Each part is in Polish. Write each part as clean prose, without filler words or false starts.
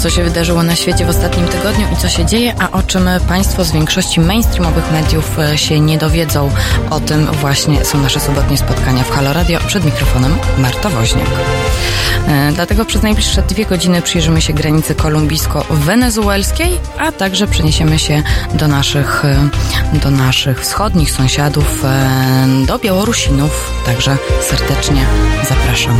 co się wydarzyło na świecie w ostatnim tygodniu i co się dzieje, a o czym Państwo z większości mainstreamowych mediów się nie dowiedzą. O tym właśnie są nasze sobotnie spotkania w Halo Radio. Przed mikrofonem Marta Woźniak. Dlatego przez najbliższe 2 godziny przyjrzymy się granicy kolumbijsko-wenezuelskiej, a także przeniesiemy się do naszych wschodnich sąsiadów, do Białorusinów. Także serdecznie zapraszam.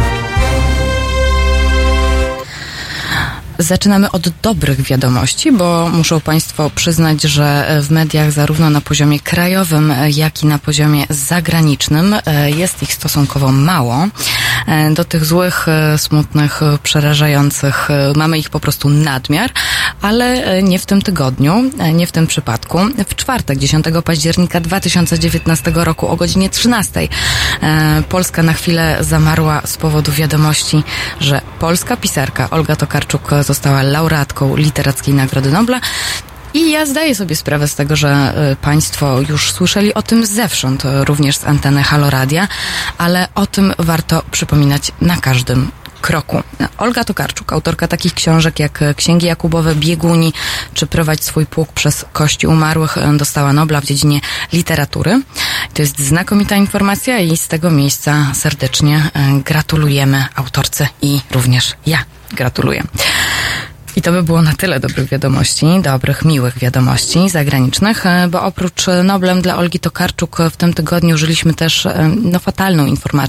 Zaczynamy od dobrych wiadomości, bo muszą Państwo przyznać, że w mediach zarówno na poziomie krajowym, jak i na poziomie zagranicznym jest ich stosunkowo mało. Do tych złych, smutnych, przerażających mamy ich po prostu nadmiar, ale nie w tym tygodniu, nie w tym przypadku. W czwartek, 10 października 2019 roku o godzinie 13 Polska na chwilę zamarła z powodu wiadomości, że polska pisarka Olga Tokarczuk została laureatką Literackiej Nagrody Nobla. I ja zdaję sobie sprawę z tego, że Państwo już słyszeli o tym zewsząd, również z anteny Halo Radia, ale o tym warto przypominać na każdym kroku. Olga Tokarczuk, autorka takich książek jak Księgi Jakubowe, Bieguni czy Prowadź swój pług przez kości umarłych, dostała Nobla w dziedzinie literatury. To jest znakomita informacja i z tego miejsca serdecznie gratulujemy autorce i również ja gratuluję. I to by było na tyle dobrych wiadomości, miłych wiadomości zagranicznych, bo oprócz Noblem dla Olgi Tokarczuk w tym tygodniu żyliśmy też fatalną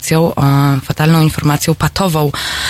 informacją patową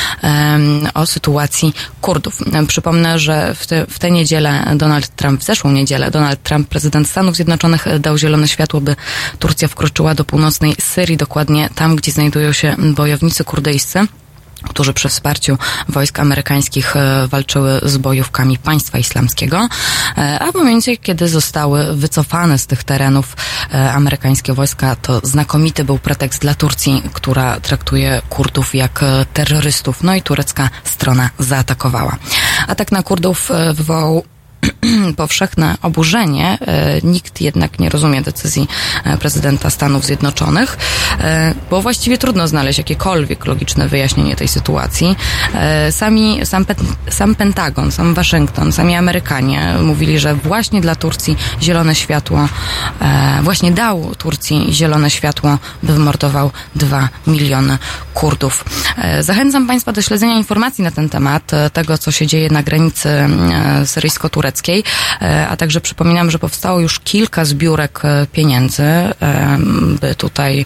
o sytuacji Kurdów. Przypomnę, że w tę niedzielę w zeszłą niedzielę Donald Trump, prezydent Stanów Zjednoczonych, dał zielone światło, by Turcja wkroczyła do północnej Syrii, dokładnie tam, gdzie znajdują się bojownicy kurdyjscy, którzy przy wsparciu wojsk amerykańskich walczyły z bojówkami państwa islamskiego, a w momencie, kiedy zostały wycofane z tych terenów amerykańskie wojska, to znakomity był pretekst dla Turcji, która traktuje Kurdów jak terrorystów, no i turecka strona zaatakowała. Atak na Kurdów wywołał powszechne oburzenie. Nikt jednak nie rozumie decyzji prezydenta Stanów Zjednoczonych, bo właściwie trudno znaleźć jakiekolwiek logiczne wyjaśnienie tej sytuacji. Sam Pentagon, sam Waszyngton, sami Amerykanie mówili, że właśnie dla Turcji zielone światło, właśnie dał Turcji zielone światło, by wymordował 2 miliony Kurdów. Zachęcam Państwa do śledzenia informacji na ten temat, tego co się dzieje na granicy syryjsko-tureckiej, a także przypominam, że powstało już kilka zbiórek pieniędzy, by tutaj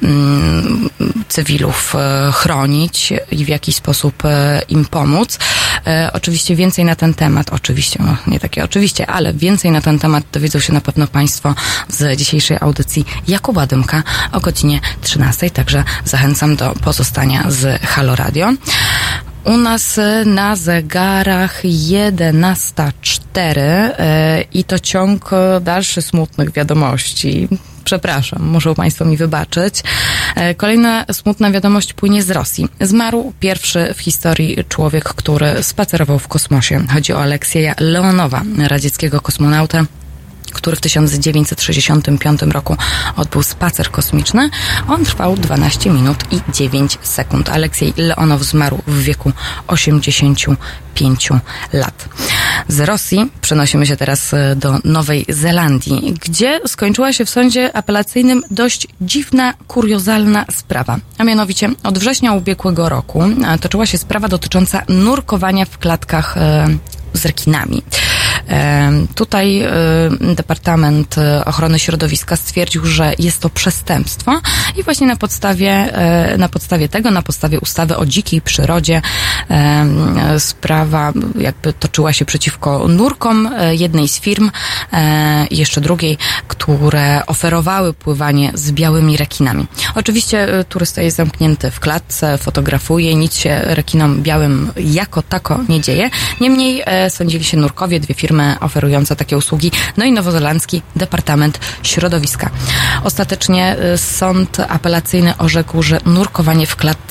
cywilów chronić i w jakiś sposób im pomóc. Oczywiście więcej na ten temat, ale więcej na ten temat dowiedzą się na pewno Państwo z dzisiejszej audycji Jakuba Dymka o godzinie 13, także zachęcam do pozostania z Halo Radio. U nas na zegarach 11:04 i to ciąg dalszy smutnych wiadomości. Przepraszam, muszą Państwo mi wybaczyć. Kolejna smutna wiadomość płynie z Rosji. Zmarł pierwszy w historii człowiek, który spacerował w kosmosie. Chodzi o Aleksieja Leonowa, radzieckiego kosmonautę, który w 1965 roku odbył spacer kosmiczny. On trwał 12 minut i 9 sekund. Aleksiej Leonow zmarł w wieku 85 lat. Z Rosji przenosimy się teraz do Nowej Zelandii, gdzie skończyła się w sądzie apelacyjnym dość dziwna, kuriozalna sprawa. A mianowicie od września ubiegłego roku toczyła się sprawa dotycząca nurkowania w klatkach z rekinami. Tutaj Departament Ochrony Środowiska stwierdził, że jest to przestępstwo i właśnie na podstawie ustawy o dzikiej przyrodzie sprawa jakby toczyła się przeciwko nurkom jednej z firm i jeszcze drugiej, które oferowały pływanie z białymi rekinami. Oczywiście turysta jest zamknięty w klatce, fotografuje, nic się rekinom białym jako tako nie dzieje. Niemniej sądzili się nurkowie, 2 firmy oferujące takie usługi, no i nowozelandzki Departament Środowiska. Ostatecznie sąd apelacyjny orzekł, że nurkowanie w klatce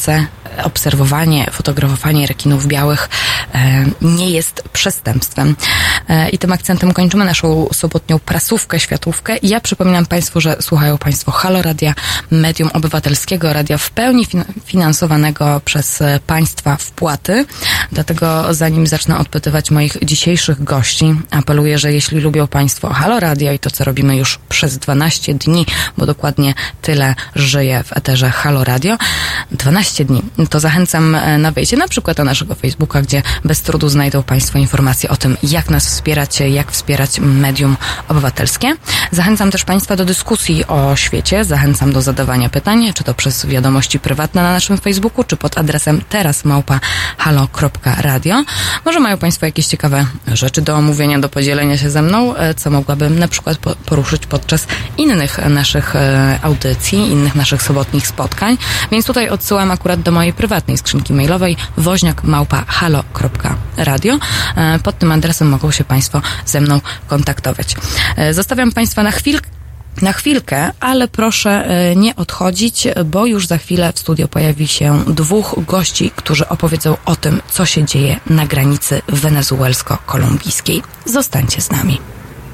obserwowanie, fotografowanie rekinów białych nie jest przestępstwem. I tym akcentem kończymy naszą sobotnią prasówkę, światłówkę. I ja przypominam Państwu, że słuchają Państwo Halo Radia, medium obywatelskiego, radia w pełni finansowanego przez Państwa wpłaty. Dlatego zanim zacznę odpytywać moich dzisiejszych gości, apeluję, że jeśli lubią Państwo Halo Radio i to, co robimy już przez 12 dni, bo dokładnie tyle żyje w eterze Halo Radio, 12 dni, to zachęcam na wejście na przykład na naszego Facebooka, gdzie bez trudu znajdą Państwo informacje o tym, jak nas wspierać, jak wspierać medium obywatelskie. Zachęcam też Państwa do dyskusji o świecie, zachęcam do zadawania pytań, czy to przez wiadomości prywatne na naszym Facebooku, czy pod adresem teraz@halo.radio. Może mają Państwo jakieś ciekawe rzeczy do omówienia, do podzielenia się ze mną, co mogłabym na przykład poruszyć podczas innych naszych audycji, innych naszych sobotnich spotkań. Więc tutaj odsyłam akurat do mojej prywatnej skrzynki mailowej woźniak@halo.radio. Pod tym adresem mogą się Państwo ze mną kontaktować. Zostawiam Państwa na chwilkę, ale proszę nie odchodzić, bo już za chwilę w studio pojawi się dwóch gości, którzy opowiedzą o tym, co się dzieje na granicy wenezuelsko-kolumbijskiej. Zostańcie z nami.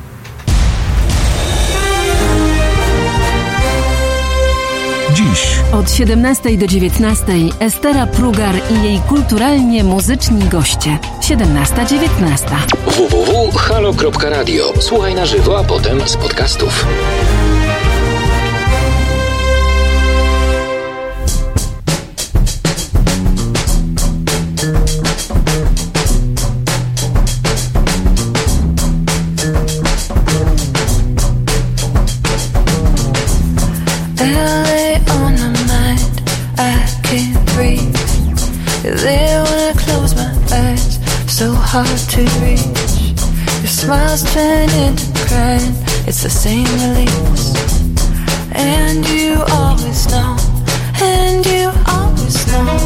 Dziś od 17 do 19 Estera Prugar i jej kulturalnie muzyczni goście. 17:19. www.halo.radio. Słuchaj na żywo, a potem z podcastów. There when I close my eyes, so hard to reach. Your smiles turn into crying, it's the same release. And you always know, and you always know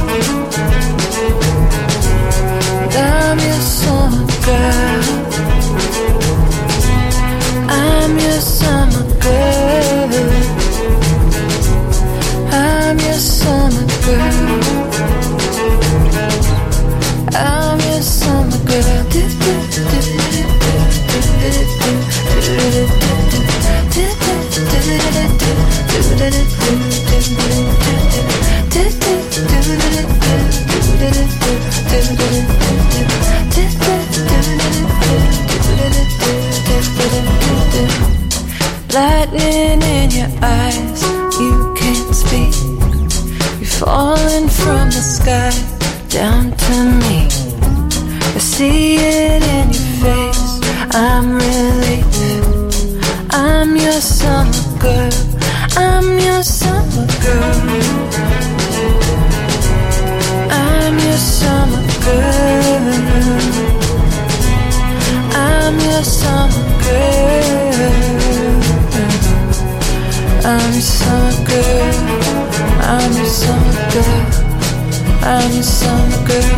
that I'm your summer girl. I'm your summer girl. I'm your summer girl. I'm your summer girl. Lightning in your eyes, you can't speak. You're falling from the sky down to me. I see it in your face, I'm relieved. I'm your summer girl, I'm your summer girl. I'm your summer girl. I'm your summer girl. I'm your summer girl. I'm your summer girl. I'm your summer girl.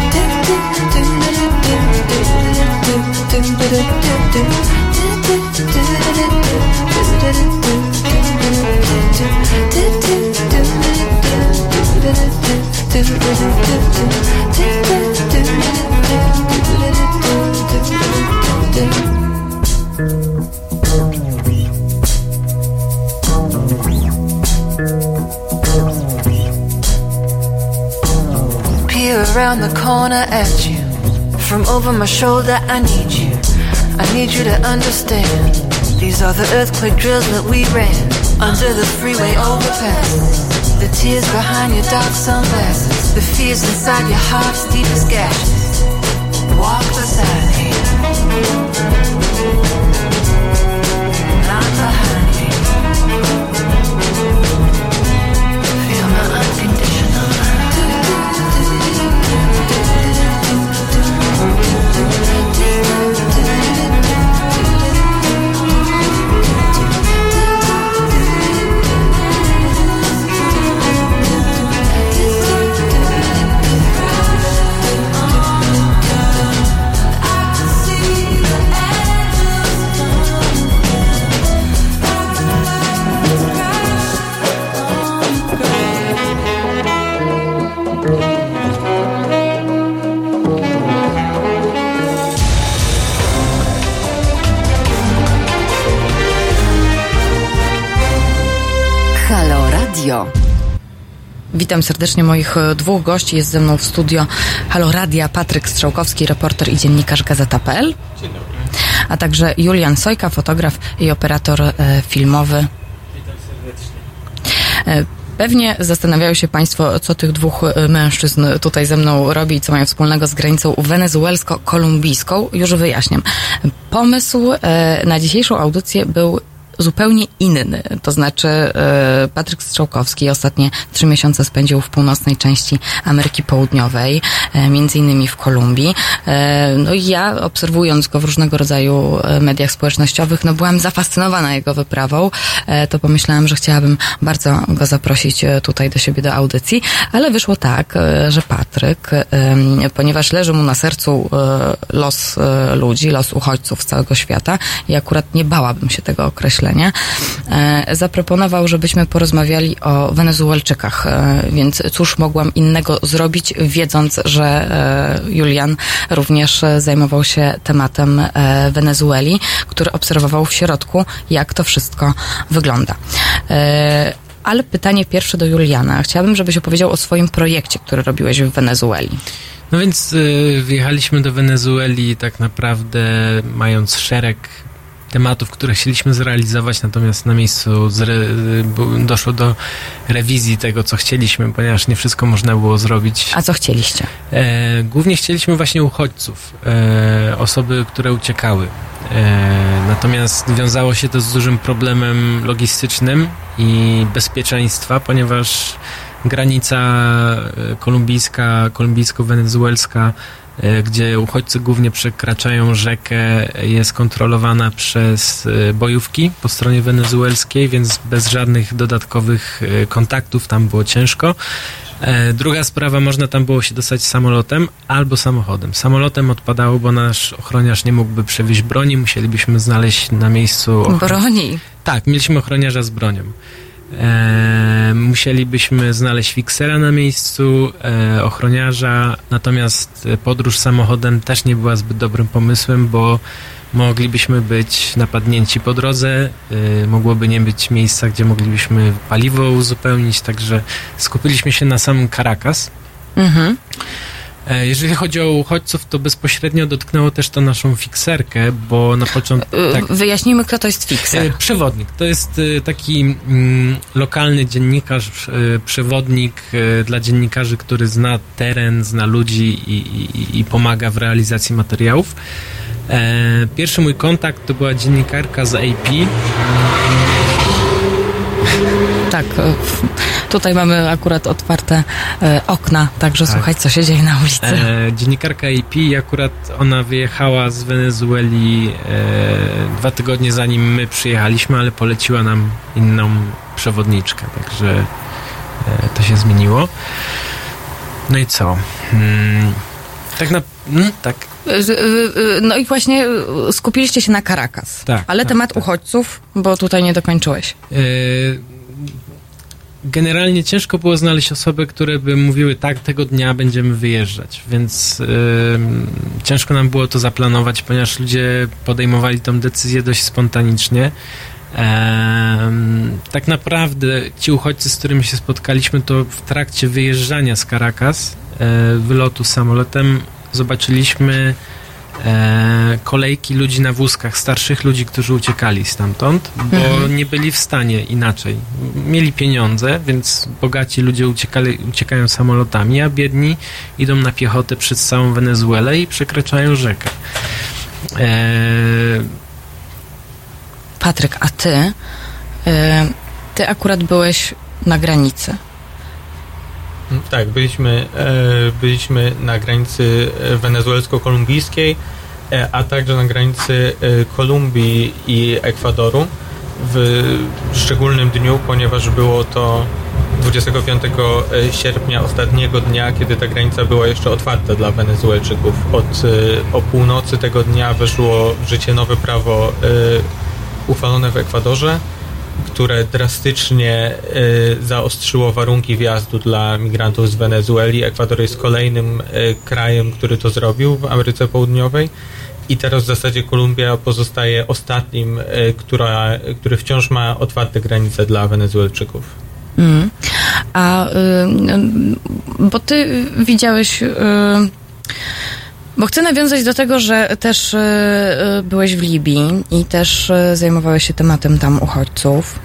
Peer around the corner at you. From over my shoulder, I need you. I need you to understand. These are the earthquake drills that we ran under the freeway overpass. The tears behind your dark sunglasses, the fears inside your heart's deepest gashes. Walk beside me, not behind me. Feel my unconditional love. Radio. Witam serdecznie moich dwóch gości. Jest ze mną w studio Halo Radia Patryk Strzałkowski, reporter i dziennikarz Gazeta.pl. Dzień dobry. A także Julian Sojka, fotograf i operator filmowy. Witam serdecznie. Pewnie zastanawiają się Państwo, co tych dwóch mężczyzn tutaj ze mną robi i co mają wspólnego z granicą wenezuelsko-kolumbijską. Już wyjaśniam. Pomysł na dzisiejszą audycję był zupełnie inny. To znaczy Patryk Strzałkowski ostatnie 3 miesiące spędził w północnej części Ameryki Południowej, między innymi w Kolumbii. No i ja, obserwując go w różnego rodzaju mediach społecznościowych, no byłam zafascynowana jego wyprawą. To pomyślałam, że chciałabym bardzo go zaprosić tutaj do siebie do audycji, ale wyszło tak, że Patryk, ponieważ leży mu na sercu los ludzi, los uchodźców z całego świata i akurat nie bałabym się tego określenia, zaproponował, żebyśmy porozmawiali o Wenezuelczykach, więc cóż mogłam innego zrobić, wiedząc, że Julian również zajmował się tematem Wenezueli, który obserwował w środku, jak to wszystko wygląda. Ale pytanie pierwsze do Juliana. Chciałabym, żebyś opowiedział o swoim projekcie, który robiłeś w Wenezueli. No więc wjechaliśmy do Wenezueli tak naprawdę mając szereg tematów, które chcieliśmy zrealizować, natomiast na miejscu doszło do rewizji tego, co chcieliśmy, ponieważ nie wszystko można było zrobić. A co chcieliście? Głównie chcieliśmy właśnie uchodźców, osoby, które uciekały. Natomiast wiązało się to z dużym problemem logistycznym i bezpieczeństwa, ponieważ granica kolumbijsko-wenezuelska, gdzie uchodźcy głównie przekraczają rzekę, jest kontrolowana przez bojówki po stronie wenezuelskiej, więc bez żadnych dodatkowych kontaktów tam było ciężko. Druga sprawa, można tam było się dostać samolotem albo samochodem. Samolotem odpadało, bo nasz ochroniarz nie mógłby przewieźć broni, musielibyśmy znaleźć na miejscu... Broni? Tak, mieliśmy ochroniarza z bronią. Musielibyśmy znaleźć fiksera na miejscu, ochroniarza, natomiast podróż samochodem też nie była zbyt dobrym pomysłem, bo moglibyśmy być napadnięci po drodze, mogłoby nie być miejsca, gdzie moglibyśmy paliwo uzupełnić, także skupiliśmy się na samym Caracas. Mhm. Jeżeli chodzi o uchodźców, to bezpośrednio dotknęło też to naszą fikserkę, bo na początku... Tak, wyjaśnijmy, kto to jest fikser. Przewodnik. To jest taki lokalny dziennikarz, przewodnik dla dziennikarzy, który zna teren, zna ludzi i pomaga w realizacji materiałów. Pierwszy mój kontakt to była dziennikarka z AP. Tak, tutaj mamy akurat otwarte okna, także tak. Słuchaj, co się dzieje na ulicy. Dziennikarka AP, akurat ona wyjechała z Wenezueli 2 tygodnie zanim my przyjechaliśmy, ale poleciła nam inną przewodniczkę, także to się zmieniło. No i co? Tak. No i właśnie skupiliście się na Caracas, tak, ale temat uchodźców, bo tutaj nie dokończyłeś. Generalnie ciężko było znaleźć osoby, które by mówiły, tak, tego dnia będziemy wyjeżdżać, więc ciężko nam było to zaplanować, ponieważ ludzie podejmowali tą decyzję dość spontanicznie. Tak naprawdę ci uchodźcy, z którymi się spotkaliśmy, to w trakcie wyjeżdżania z Caracas, wylotu samolotem, zobaczyliśmy kolejki ludzi na wózkach, starszych ludzi, którzy uciekali stamtąd, bo nie byli w stanie inaczej. Mieli pieniądze, więc bogaci ludzie uciekają samolotami, a biedni idą na piechotę przez całą Wenezuelę i przekraczają rzekę. Patryk, a ty akurat byłeś na granicy. Tak, byliśmy na granicy wenezuelsko-kolumbijskiej, a także na granicy Kolumbii i Ekwadoru w szczególnym dniu, ponieważ było to 25 sierpnia, ostatniego dnia, kiedy ta granica była jeszcze otwarta dla Wenezuelczyków. O północy tego dnia weszło w życie nowe prawo uchwalone w Ekwadorze, które drastycznie zaostrzyło warunki wjazdu dla migrantów z Wenezueli. Ekwador jest kolejnym krajem, który to zrobił w Ameryce Południowej i teraz w zasadzie Kolumbia pozostaje ostatnim, który wciąż ma otwarte granice dla Wenezuelczyków. Bo ty widziałeś... Bo chcę nawiązać do tego, że też byłeś w Libii i też zajmowałeś się tematem tam uchodźców.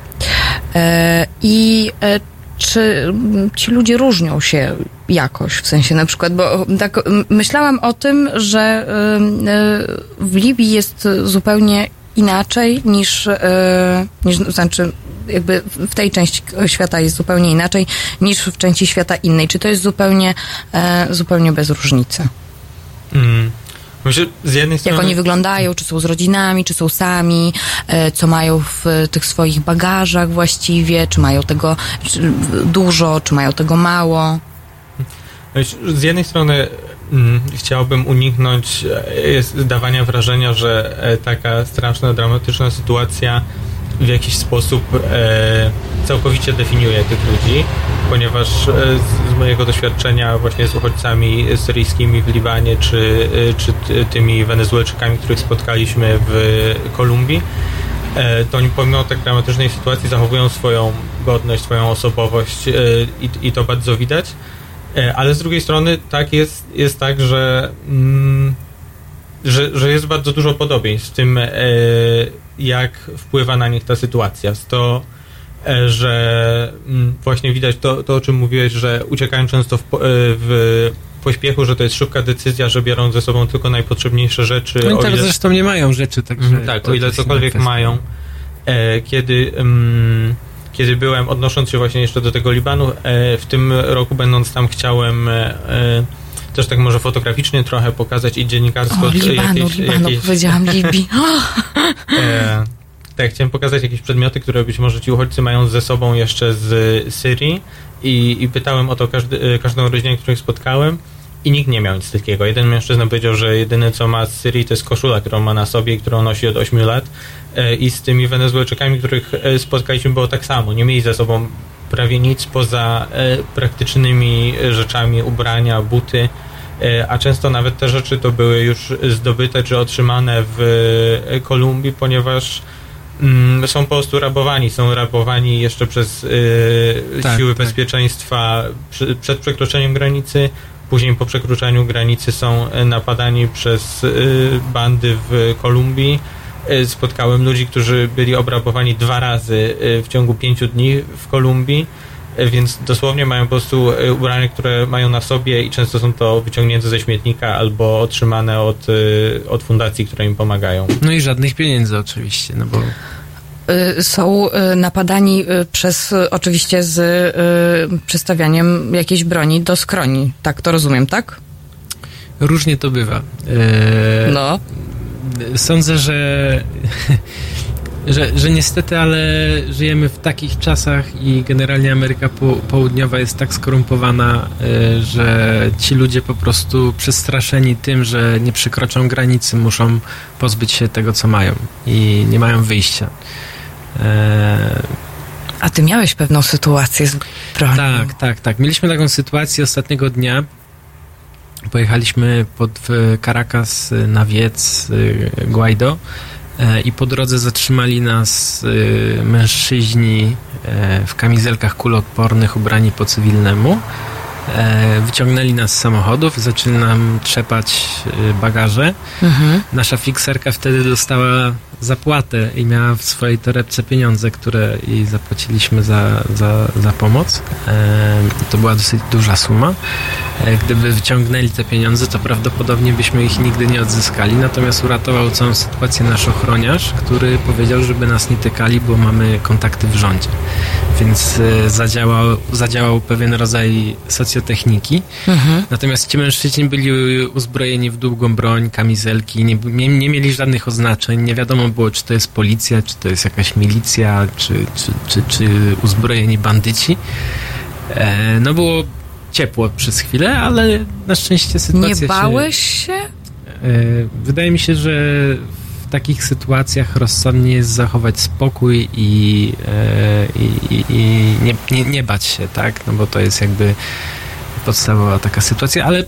Czy ci ludzie różnią się jakoś, w sensie na przykład, bo tak myślałam o tym, że w Libii jest zupełnie inaczej niż znaczy jakby w tej części świata jest zupełnie inaczej niż w części świata innej. Czy to jest zupełnie bez różnicy? Myślę, z jednej strony... Jak oni wyglądają, czy są z rodzinami, czy są sami, co mają w tych swoich bagażach właściwie, czy mają tego dużo, czy mają tego mało? Z jednej strony chciałbym uniknąć dawania wrażenia, że taka straszna, dramatyczna sytuacja w jakiś sposób całkowicie definiuje tych ludzi, ponieważ z mojego doświadczenia właśnie z uchodźcami syryjskimi w Libanie, czy tymi Wenezuelczykami, których spotkaliśmy w Kolumbii, to oni pomimo tak dramatycznej sytuacji zachowują swoją godność, swoją osobowość i to bardzo widać. Ale z drugiej strony tak jest tak, że jest bardzo dużo podobieństw w tym, jak wpływa na nich ta sytuacja. To, że właśnie widać to, o czym mówiłeś, że uciekają często w pośpiechu, że to jest szybka decyzja, że biorą ze sobą tylko najpotrzebniejsze rzeczy. Oni tak zresztą nie mają rzeczy, także... Tak, o ile cokolwiek mają. Kiedy byłem, odnosząc się właśnie jeszcze do tego Libanu, w tym roku będąc tam chciałem też tak może fotograficznie trochę pokazać i dziennikarsko... Libanu, powiedziałam Libii. Tak, chciałem pokazać jakieś przedmioty, które być może ci uchodźcy mają ze sobą jeszcze z Syrii i pytałem o to każdą rodzinę, których spotkałem i nikt nie miał nic takiego. Jeden mężczyzna powiedział, że jedyne co ma z Syrii to jest koszula, którą ma na sobie i którą nosi od 8 lat i z tymi Wenezuelczykami, których spotkaliśmy, było tak samo. Nie mieli ze sobą prawie nic poza praktycznymi rzeczami, ubrania, buty, a często nawet te rzeczy to były już zdobyte czy otrzymane w Kolumbii, ponieważ są po prostu są rabowani jeszcze przez siły bezpieczeństwa przed przekroczeniem granicy, później po przekroczeniu granicy są napadani przez bandy w Kolumbii. Spotkałem ludzi, którzy byli obrabowani 2 razy w ciągu 5 dni w Kolumbii, więc dosłownie mają po prostu ubrania, które mają na sobie i często są to wyciągnięte ze śmietnika albo otrzymane od fundacji, które im pomagają. No i żadnych pieniędzy oczywiście, no bo... Są napadani oczywiście z przystawianiem jakiejś broni do skroni. Tak to rozumiem, tak? Różnie to bywa. No. Sądzę, że niestety, ale żyjemy w takich czasach i generalnie Ameryka Południowa jest tak skorumpowana, że ci ludzie po prostu przestraszeni tym, że nie przekroczą granicy, muszą pozbyć się tego, co mają i nie mają wyjścia. A ty miałeś pewną sytuację z bronią. Tak. Mieliśmy taką sytuację ostatniego dnia. Pojechaliśmy w Caracas na wiec Guaido i po drodze zatrzymali nas mężczyźni w kamizelkach kuloodpornych ubrani po cywilnemu. Wyciągnęli nas z samochodów, zaczęli nam trzepać bagaże. Nasza fikserka wtedy dostała zapłatę i miała w swojej torebce pieniądze, które jej zapłaciliśmy za pomoc. To była dosyć duża suma. Gdyby wyciągnęli te pieniądze, to prawdopodobnie byśmy ich nigdy nie odzyskali. Natomiast uratował całą sytuację nasz ochroniarz, który powiedział, żeby nas nie tykali, bo mamy kontakty w rządzie. Więc zadziałał pewien rodzaj socjotechniki. Natomiast ci mężczyźni byli uzbrojeni w długą broń, kamizelki, nie mieli żadnych oznaczeń. Nie wiadomo było, czy to jest policja, czy to jest jakaś milicja, czy uzbrojeni bandyci. No było ciepło przez chwilę, ale na szczęście sytuacja Nie bałeś się? Wydaje mi się, że w takich sytuacjach rozsądnie jest zachować spokój i nie bać się, tak? No bo to jest jakby podstawowa taka sytuacja, ale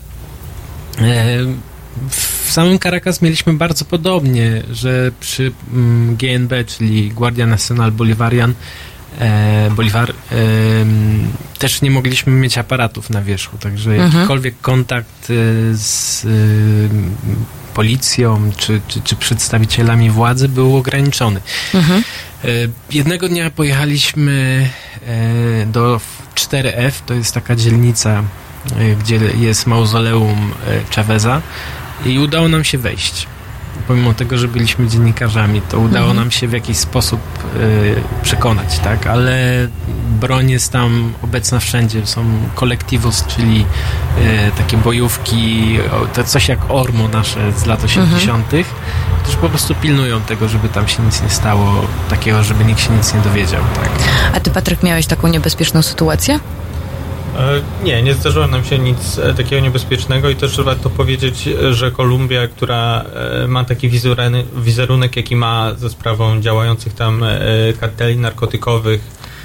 w samym Caracas mieliśmy bardzo podobnie, że przy GNB, czyli Guardia Nacional Bolivarian, Bolivar, też nie mogliśmy mieć aparatów na wierzchu, także jakikolwiek kontakt z policją czy przedstawicielami władzy był ograniczony. Jednego dnia pojechaliśmy do 4F, to jest taka dzielnica, gdzie jest mauzoleum Chaveza, i udało nam się wejść. Pomimo tego, że byliśmy dziennikarzami, to udało nam się w jakiś sposób przekonać, tak? Ale broń jest tam obecna wszędzie. Są kolektivos, czyli takie bojówki, to coś jak Ormo nasze z lat 80., którzy po prostu pilnują tego, żeby tam się nic nie stało, takiego, żeby nikt się nic nie dowiedział, tak? A ty, Patryk, miałeś taką niebezpieczną sytuację? Nie zdarzyło nam się nic takiego niebezpiecznego i też trzeba to powiedzieć, że Kolumbia, która ma taki wizerunek, jaki ma za sprawą działających tam karteli narkotykowych,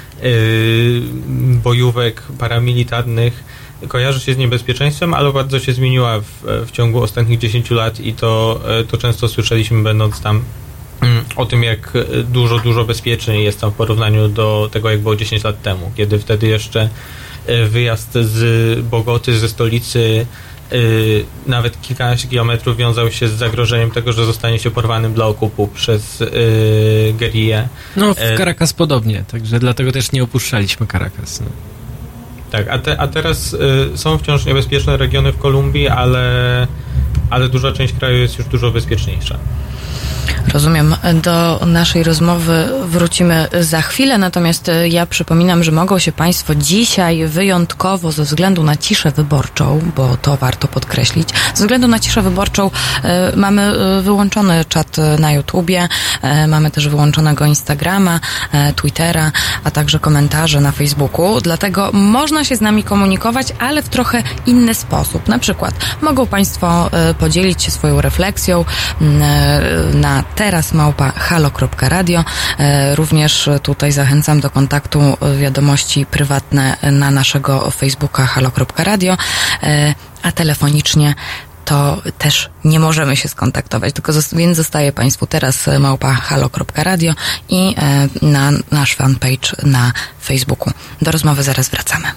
bojówek paramilitarnych, kojarzy się z niebezpieczeństwem, ale bardzo się zmieniła w ciągu ostatnich 10 lat i to często słyszeliśmy, będąc tam, o tym, jak dużo bezpieczniej jest tam w porównaniu do tego, jak było 10 lat temu, kiedy wtedy jeszcze wyjazd z Bogoty, ze stolicy, nawet kilkanaście kilometrów wiązał się z zagrożeniem tego, że zostanie się porwanym dla okupu przez gerillę. No, w Caracas podobnie, także dlatego też nie opuszczaliśmy Caracas. No. Tak, a teraz są wciąż niebezpieczne regiony w Kolumbii, ale duża część kraju jest już dużo bezpieczniejsza. Rozumiem. Do naszej rozmowy wrócimy za chwilę, natomiast ja przypominam, że mogą się Państwo dzisiaj wyjątkowo ze względu na ciszę wyborczą, bo to warto podkreślić, ze względu na ciszę wyborczą mamy wyłączony czat na YouTubie, mamy też wyłączonego Instagrama, Twittera, a także komentarze na Facebooku, dlatego można się z nami komunikować, ale w trochę inny sposób. Na przykład mogą Państwo podzielić się swoją refleksją na teraz@halo.radio. Również tutaj zachęcam do kontaktu, wiadomości prywatne na naszego Facebooka halo.radio, a telefonicznie to też nie możemy się skontaktować, więc zostaje Państwu teraz @halo.radio i na nasz fanpage na Facebooku. Do rozmowy zaraz wracamy.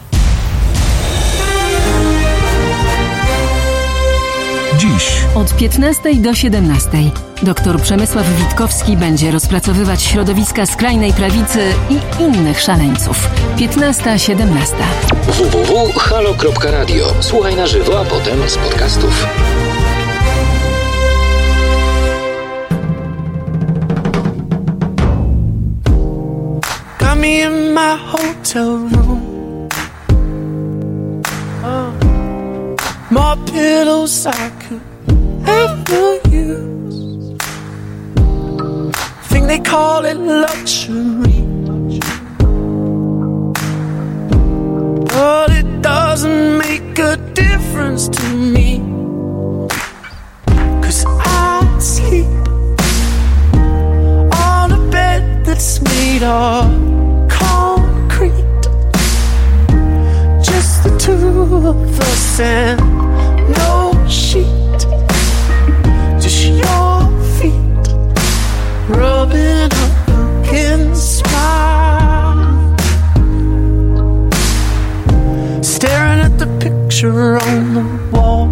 Dziś od 15 do 17 dr Przemysław Witkowski będzie rozpracowywać środowiska skrajnej prawicy i innych szaleńców. 15-17. www.halo.radio. Słuchaj na żywo, a potem z podcastów. Got me in my hotel room. More pillows I could ever use. Think they call it luxury, but it doesn't make a difference to me, 'cause I sleep on a bed that's made of concrete. Just the two of us and no sheet, just your feet rubbing up against mine, staring at the picture on the wall.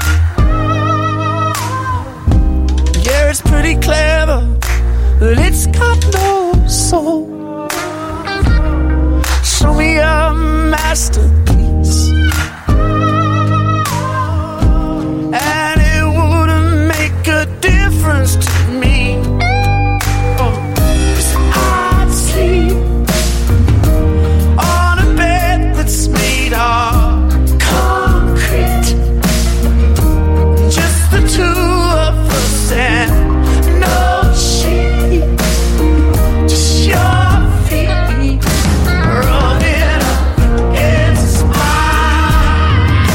Yeah, it's pretty clever, but it's got no soul. Show me a masterpiece, and it wouldn't make a difference to me. Oh, 'cause I'd sleep on a bed that's made of concrete. Just the two of us and no sheet, just your feet rubbing up against mine.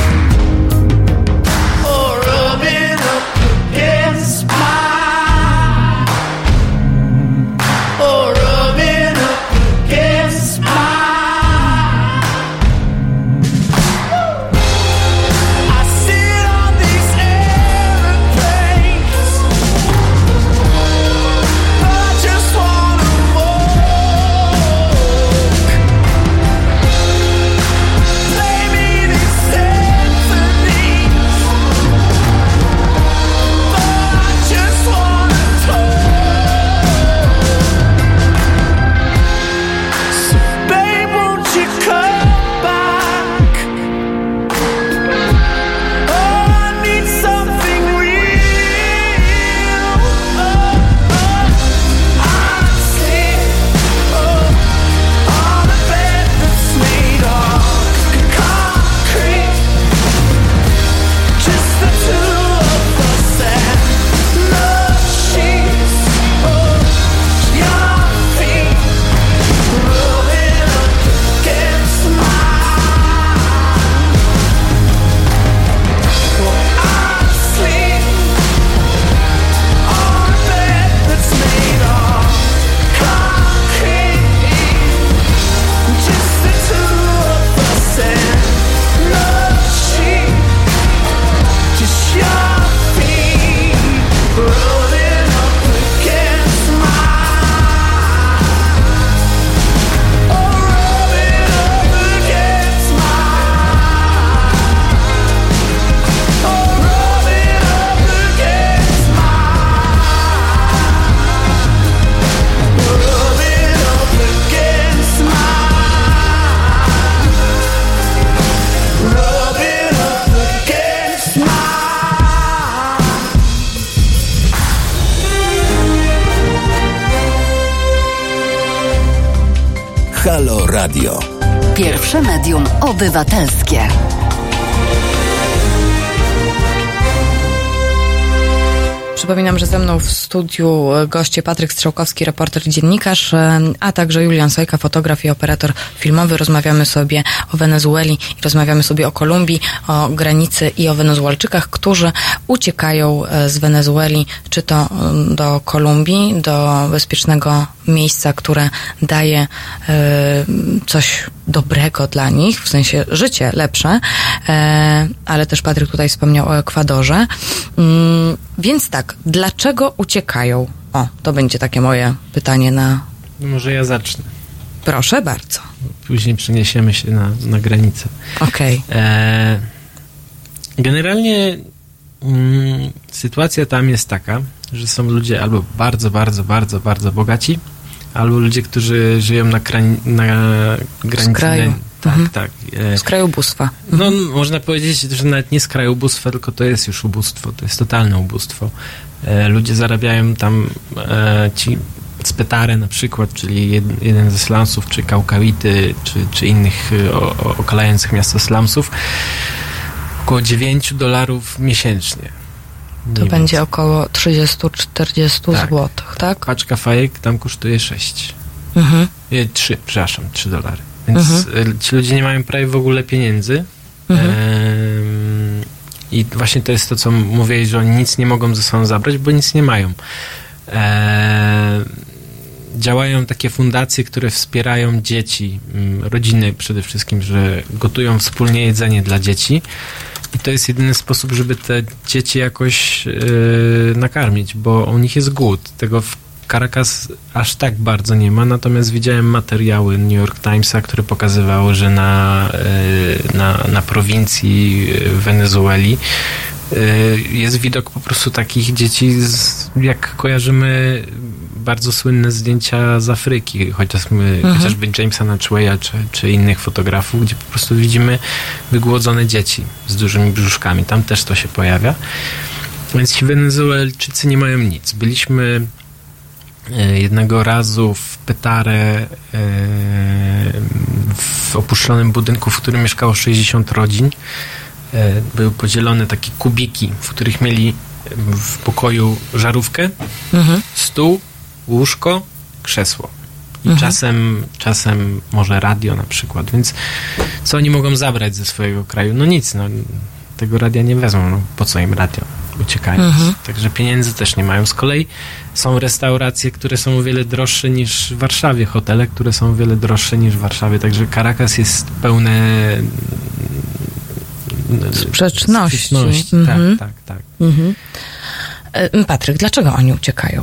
Halo Radio. Pierwsze medium obywatelskie. Przypominam, że ze mną w studiu goście Patryk Strzałkowski, reporter i dziennikarz, a także Julian Sojka, fotograf i operator filmowy. Rozmawiamy sobie o Wenezueli i rozmawiamy sobie o Kolumbii, o granicy i o Wenezuelczykach, którzy uciekają z Wenezueli, czy to do Kolumbii, do bezpiecznego miejsca, które daje coś dobrego dla nich, w sensie życie lepsze, ale też Patryk tutaj wspomniał o Ekwadorze. Więc tak, dlaczego uciekają? O, to będzie takie moje pytanie na... No może ja zacznę. Proszę bardzo. Później przeniesiemy się na granicę. Okej. Generalnie sytuacja tam jest taka, że są ludzie albo bardzo, bardzo, bardzo, bardzo bogaci, albo ludzie, którzy żyją na granicy. Z kraju. Tak. Z kraju ubóstwa. No, można powiedzieć, że nawet nie z kraju ubóstwa, tylko to jest już ubóstwo, to jest totalne ubóstwo. Ludzie zarabiają tam ci z Petare na przykład, czyli jeden ze slumsów, czy Kaukaity, czy innych okalających miasto slumsów, około $9 miesięcznie. To będzie około 30-40 złotych, tak? Paczka fajek tam kosztuje 6. $3. Więc ci ludzie nie mają prawie w ogóle pieniędzy. I właśnie to jest to, co mówiłeś, że oni nic nie mogą ze sobą zabrać, bo nic nie mają. Działają takie fundacje, które wspierają dzieci, rodziny przede wszystkim, że gotują wspólnie jedzenie dla dzieci. I to jest jedyny sposób, żeby te dzieci jakoś nakarmić, bo u nich jest głód. Tego w Caracas aż tak bardzo nie ma, natomiast widziałem materiały New York Timesa, które pokazywały, że na prowincji Wenezueli jest widok po prostu takich dzieci, jak kojarzymy bardzo słynne zdjęcia z Afryki, chociażby Jamesa Natcheya czy innych fotografów, gdzie po prostu widzimy wygłodzone dzieci z dużymi brzuszkami. Tam też to się pojawia. Więc ci Wenezuelczycy nie mają nic. Byliśmy jednego razu w Petare, w opuszczonym budynku, w którym mieszkało 60 rodzin. Były podzielone takie kubiki, w których mieli w pokoju żarówkę, stół, łóżko, krzesło. I czasem może radio na przykład. Więc co oni mogą zabrać ze swojego kraju? No nic, tego radia nie wezmą. Po co im radio? Uciekają. Także pieniędzy też nie mają. Z kolei są restauracje, które są o wiele droższe niż w Warszawie, hotele, które są o wiele droższe niż w Warszawie. Także Caracas jest pełne sprzeczności. Tak. Patryk, dlaczego oni uciekają?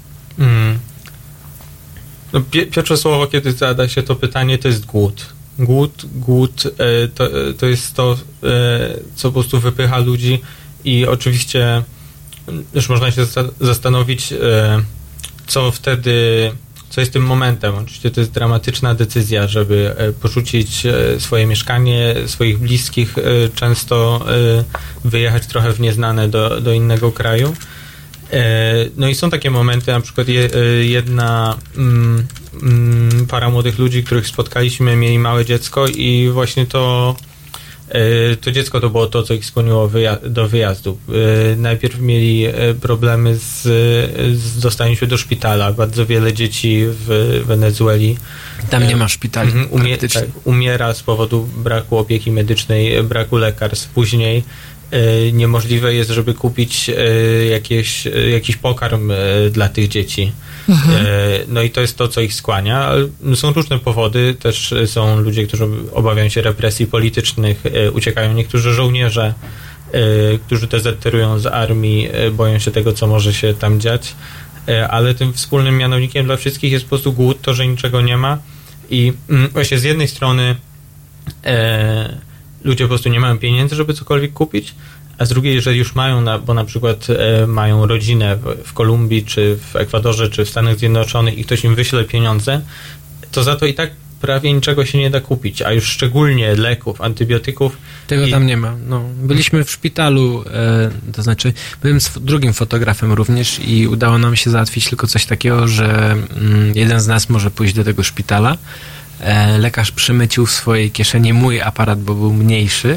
No, pierwsze słowo, kiedy zada się to pytanie, to jest głód. Głód to jest to, co po prostu wypycha ludzi i oczywiście już można się zastanowić, co jest tym momentem. Oczywiście to jest dramatyczna decyzja, żeby porzucić swoje mieszkanie, swoich bliskich, często wyjechać trochę w nieznane do innego kraju. No i są takie momenty, na przykład jedna para młodych ludzi, których spotkaliśmy, mieli małe dziecko i właśnie to dziecko to było to, co ich skłoniło do wyjazdu. Najpierw mieli problemy z dostaniem się do szpitala. Bardzo wiele dzieci w Wenezueli tam nie ma szpitali. Umiera z powodu braku opieki medycznej, braku lekarstw. Później niemożliwe jest, żeby kupić jakiś pokarm dla tych dzieci. No i to jest to, co ich skłania. Ale są różne powody. Też są ludzie, którzy obawiają się represji politycznych, uciekają niektórzy żołnierze, którzy dezerterują z armii, boją się tego, co może się tam dziać. Ale tym wspólnym mianownikiem dla wszystkich jest po prostu głód, to, że niczego nie ma. I właśnie z jednej strony ludzie po prostu nie mają pieniędzy, żeby cokolwiek kupić, a z drugiej, że już mają, bo na przykład mają rodzinę w Kolumbii, czy w Ekwadorze, czy w Stanach Zjednoczonych i ktoś im wyśle pieniądze, to za to i tak prawie niczego się nie da kupić, a już szczególnie leków, antybiotyków. Tego tam nie ma. No, byliśmy w szpitalu, to znaczy byłem z drugim fotografem również i udało nam się załatwić tylko coś takiego, że jeden z nas może pójść do tego szpitala, lekarz przymycił w swojej kieszeni mój aparat, bo był mniejszy.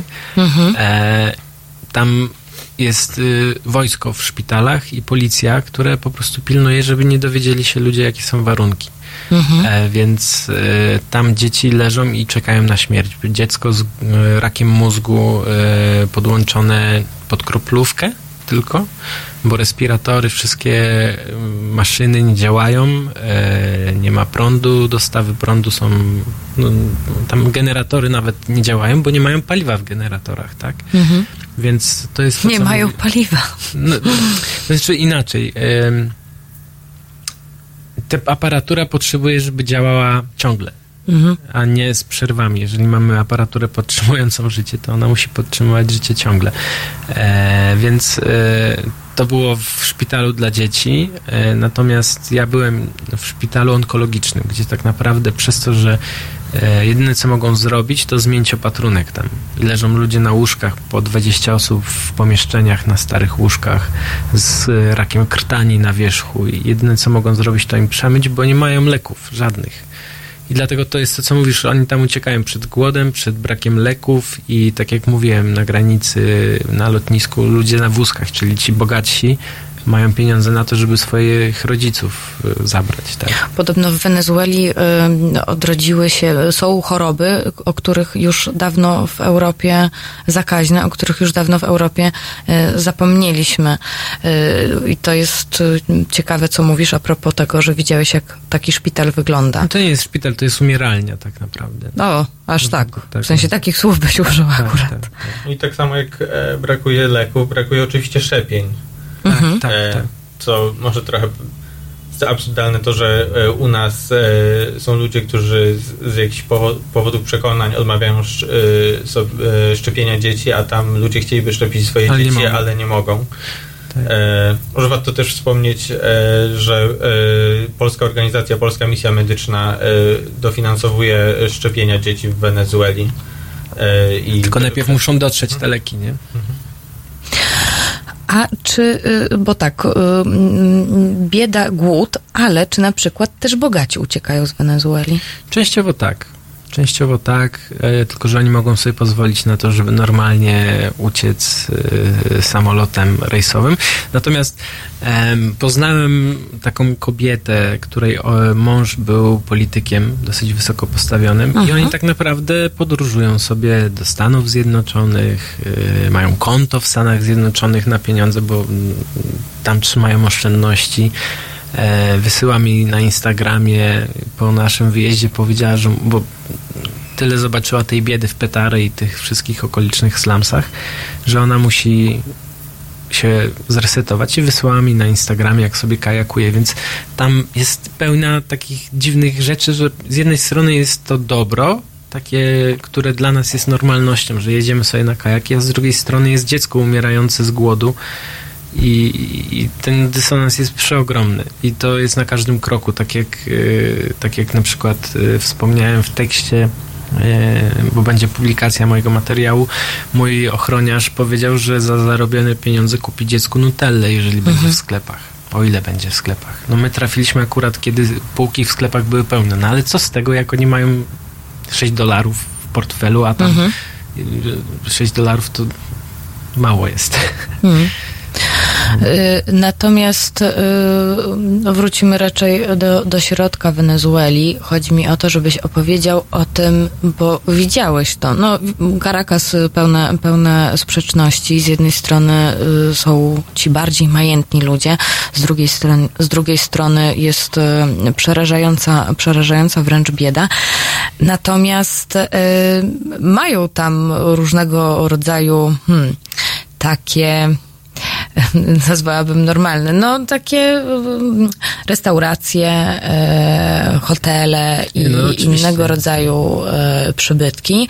Tam jest wojsko w szpitalach i policja, które po prostu pilnuje, żeby nie dowiedzieli się ludzie, jakie są warunki. Więc tam dzieci leżą i czekają na śmierć. Dziecko z rakiem mózgu podłączone pod kroplówkę tylko, bo respiratory, wszystkie maszyny nie działają, nie ma prądu, dostawy prądu są, no, tam generatory nawet nie działają, bo nie mają paliwa w generatorach, tak? Więc to jest to, nie mają paliwa. No, znaczy inaczej. Ta aparatura potrzebuje, żeby działała ciągle, a nie z przerwami. Jeżeli mamy aparaturę podtrzymującą życie, to ona musi podtrzymywać życie ciągle. Więc to było w szpitalu dla dzieci, natomiast ja byłem w szpitalu onkologicznym, gdzie tak naprawdę przez to, że jedyne co mogą zrobić, to zmienić opatrunek tam. I leżą ludzie na łóżkach, po 20 osób w pomieszczeniach, na starych łóżkach z rakiem krtani na wierzchu i jedyne co mogą zrobić, to im przemyć, bo nie mają leków żadnych. I dlatego to jest to, co mówisz, oni tam uciekają przed głodem, przed brakiem leków i tak jak mówiłem, na granicy, na lotnisku ludzie na wózkach, czyli ci bogatsi, mają pieniądze na to, żeby swoich rodziców zabrać. Tak? Podobno w Wenezueli odrodziły się, są choroby, o których już dawno w Europie, zakaźne, o których już dawno w Europie zapomnieliśmy. I to jest ciekawe, co mówisz a propos tego, że widziałeś, jak taki szpital wygląda. No to nie jest szpital, to jest umieralnia tak naprawdę. O, aż tak. W sensie takich słów byś użył akurat. Tak. I tak samo jak brakuje leków, brakuje oczywiście szczepień. Tak. Co może trochę absurdalne to, że u nas są ludzie, którzy z jakichś powodów przekonań odmawiają szczepienia dzieci, a tam ludzie chcieliby szczepić swoje dzieci, ale nie mogą. Tak. Może warto też wspomnieć, że polska organizacja, Polska Misja Medyczna dofinansowuje szczepienia dzieci w Wenezueli. Tylko najpierw muszą dotrzeć te leki, nie? A czy, bo tak, bieda, głód, ale czy na przykład też bogaci uciekają z Wenezueli? Częściowo tak, tylko że oni mogą sobie pozwolić na to, żeby normalnie uciec samolotem rejsowym. Natomiast poznałem taką kobietę, której mąż był politykiem dosyć wysoko postawionym i oni tak naprawdę podróżują sobie do Stanów Zjednoczonych, mają konto w Stanach Zjednoczonych na pieniądze, bo tam trzymają oszczędności. Wysyła mi na Instagramie po naszym wyjeździe, powiedziała, że bo tyle zobaczyła tej biedy w Petare i tych wszystkich okolicznych slumsach, że ona musi się zresetować i wysłała mi na Instagramie, jak sobie kajakuje, więc tam jest pełna takich dziwnych rzeczy, że z jednej strony jest to dobro, takie, które dla nas jest normalnością, że jedziemy sobie na kajaki, a z drugiej strony jest dziecko umierające z głodu. I ten dysonans jest przeogromny i to jest na każdym kroku, tak jak na przykład wspomniałem w tekście, bo będzie publikacja mojego materiału, mój ochroniarz powiedział, że za zarobione pieniądze kupi dziecku Nutellę, jeżeli będzie w sklepach, o ile będzie w sklepach. No my trafiliśmy akurat, kiedy półki w sklepach były pełne, no ale co z tego, jak oni mają $6 w portfelu, a tam $6 to mało jest. Natomiast wrócimy raczej do środka Wenezueli. Chodzi mi o to, żebyś opowiedział o tym, bo widziałeś to. No, Caracas pełne sprzeczności. Z jednej strony są ci bardziej majętni ludzie, z drugiej strony jest przerażająca wręcz bieda. Natomiast mają tam różnego rodzaju takie, nazwałabym normalne, no takie restauracje, hotele i innego rodzaju przybytki,